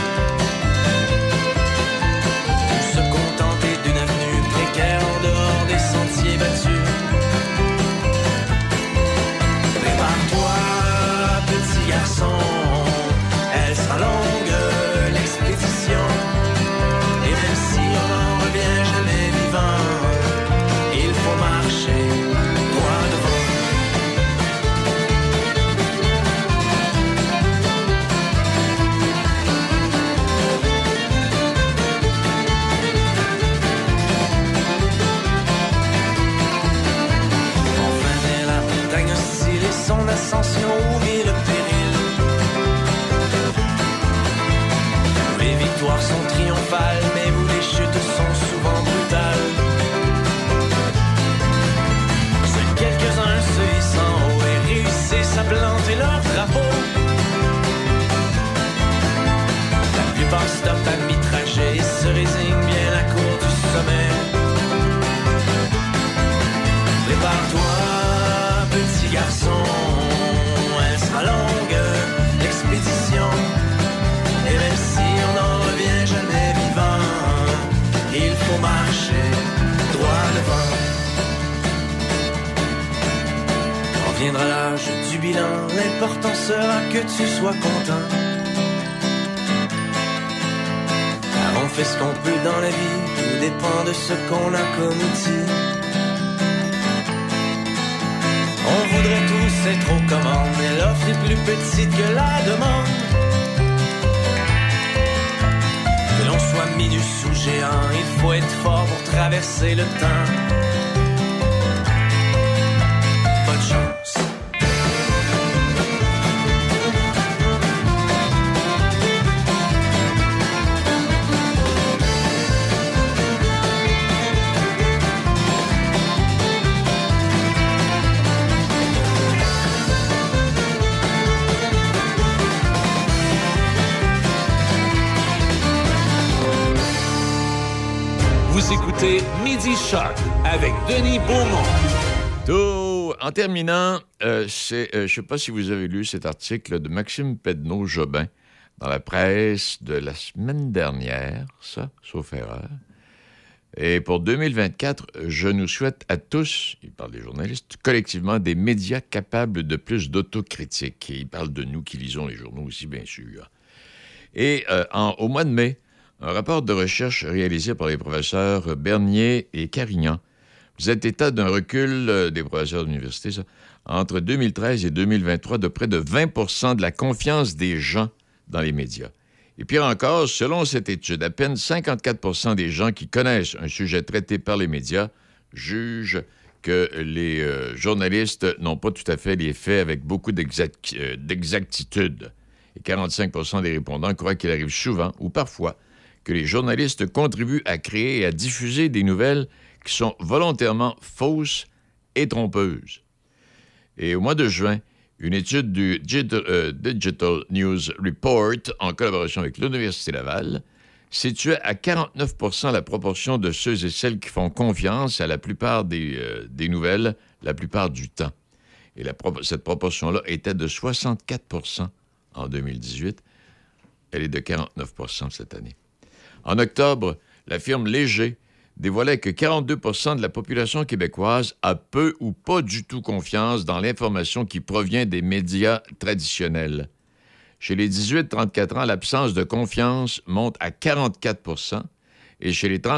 S3: ou se contenter d'une avenue précaire en dehors des sentiers battus. Prépare-toi, petit garçon, elle sera longue, l'expédition. Et même si on n'en revient jamais vivant, il faut marcher droit devant. Enfin, mais la montagne oscille et son ascension ouvrit le péril. Les victoires sont triomphales, mais où les chutes sont souvent brutales. Seuls quelques-uns se hissent en haut et réussissent à planter leur drapeau. La plupart stoppent à mi-trajet et se résignent bien à court du sommet. Prépare-toi, petit garçon, elle sera longue, l'expédition. Et même si on n'en revient jamais vivant, il faut marcher droit devant. Quand viendra l'âge du bilan, l'important sera que tu sois content. Car on fait ce qu'on peut dans la vie, tout dépend de ce qu'on a comme outil. On voudrait tous être aux commandes, mais l'offre est plus petite que la demande. Que l'on soit minus ou géant, il faut être fort pour traverser le temps. Bonne chance.
S15: Vous écoutez Midi Choc avec Denis Beaumont.
S1: En terminant, je ne sais pas si vous avez lu cet article de Maxime Pedneau-Jobin dans la presse de la semaine dernière, ça, sauf erreur. Et pour 2024, je nous souhaite à tous, il parle des journalistes, collectivement des médias capables de plus d'autocritique. Et il parle de nous qui lisons les journaux aussi, bien sûr. Et au mois de mai, un rapport de recherche réalisé par les professeurs Bernier et Carignan faisait état d'un recul des professeurs d'université entre 2013 et 2023 de près de 20 % de la confiance des gens dans les médias. Et pire encore, selon cette étude, à peine 54 % des gens qui connaissent un sujet traité par les médias jugent que les journalistes n'ont pas tout à fait les faits avec beaucoup d'exactitude. Et 45 % des répondants croient qu'il arrive souvent ou parfois que les journalistes contribuent à créer et à diffuser des nouvelles qui sont volontairement fausses et trompeuses. Et au mois de juin, une étude du Digital News Report, en collaboration avec l'Université Laval, situait à 49 % la proportion de ceux et celles qui font confiance à la plupart des nouvelles la plupart du temps. Et cette proportion-là était de 64 % en 2018. Elle est de 49 % cette année. En octobre, la firme Léger dévoilait que 42 % de la population québécoise a peu ou pas du tout confiance dans l'information qui provient des médias traditionnels. Chez les 18-34 ans, l'absence de confiance monte à 44 % et chez les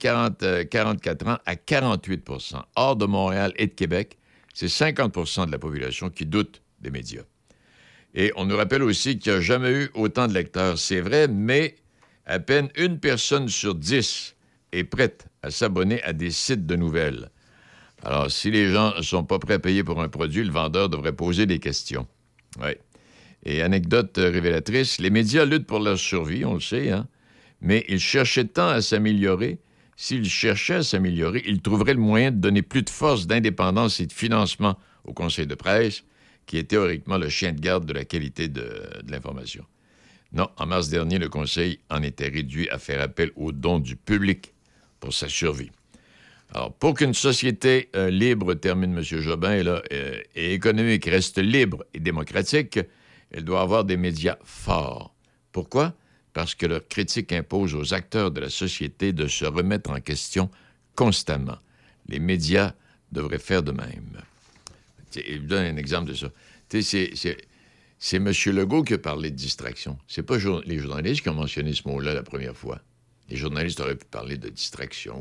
S1: 35-44 ans à 48 %. Hors de Montréal et de Québec, c'est 50 % de la population qui doute des médias. Et on nous rappelle aussi qu'il n'y a jamais eu autant de lecteurs. C'est vrai, mais à peine une personne sur 10 est prête à s'abonner à des sites de nouvelles. Alors, si les gens ne sont pas prêts à payer pour un produit, le vendeur devrait poser des questions. Oui. Et anecdote révélatrice, les médias luttent pour leur survie, on le sait, hein? Mais ils cherchaient tant à s'améliorer. S'ils cherchaient à s'améliorer, ils trouveraient le moyen de donner plus de force, d'indépendance et de financement au conseil de presse, qui est théoriquement le chien de garde de la qualité de l'information. Non, en mars dernier, le conseil en était réduit à faire appel aux dons du public pour sa survie. Alors, pour qu'une société libre, termine M. Jobin, là, et économique reste libre et démocratique, elle doit avoir des médias forts. Pourquoi? Parce que leur critique impose aux acteurs de la société de se remettre en question constamment. Les médias devraient faire de même. Je vous donne un exemple de ça. C'est M. Legault qui a parlé de distraction. C'est pas les journalistes qui ont mentionné ce mot-là la première fois. Les journalistes auraient pu parler de distraction.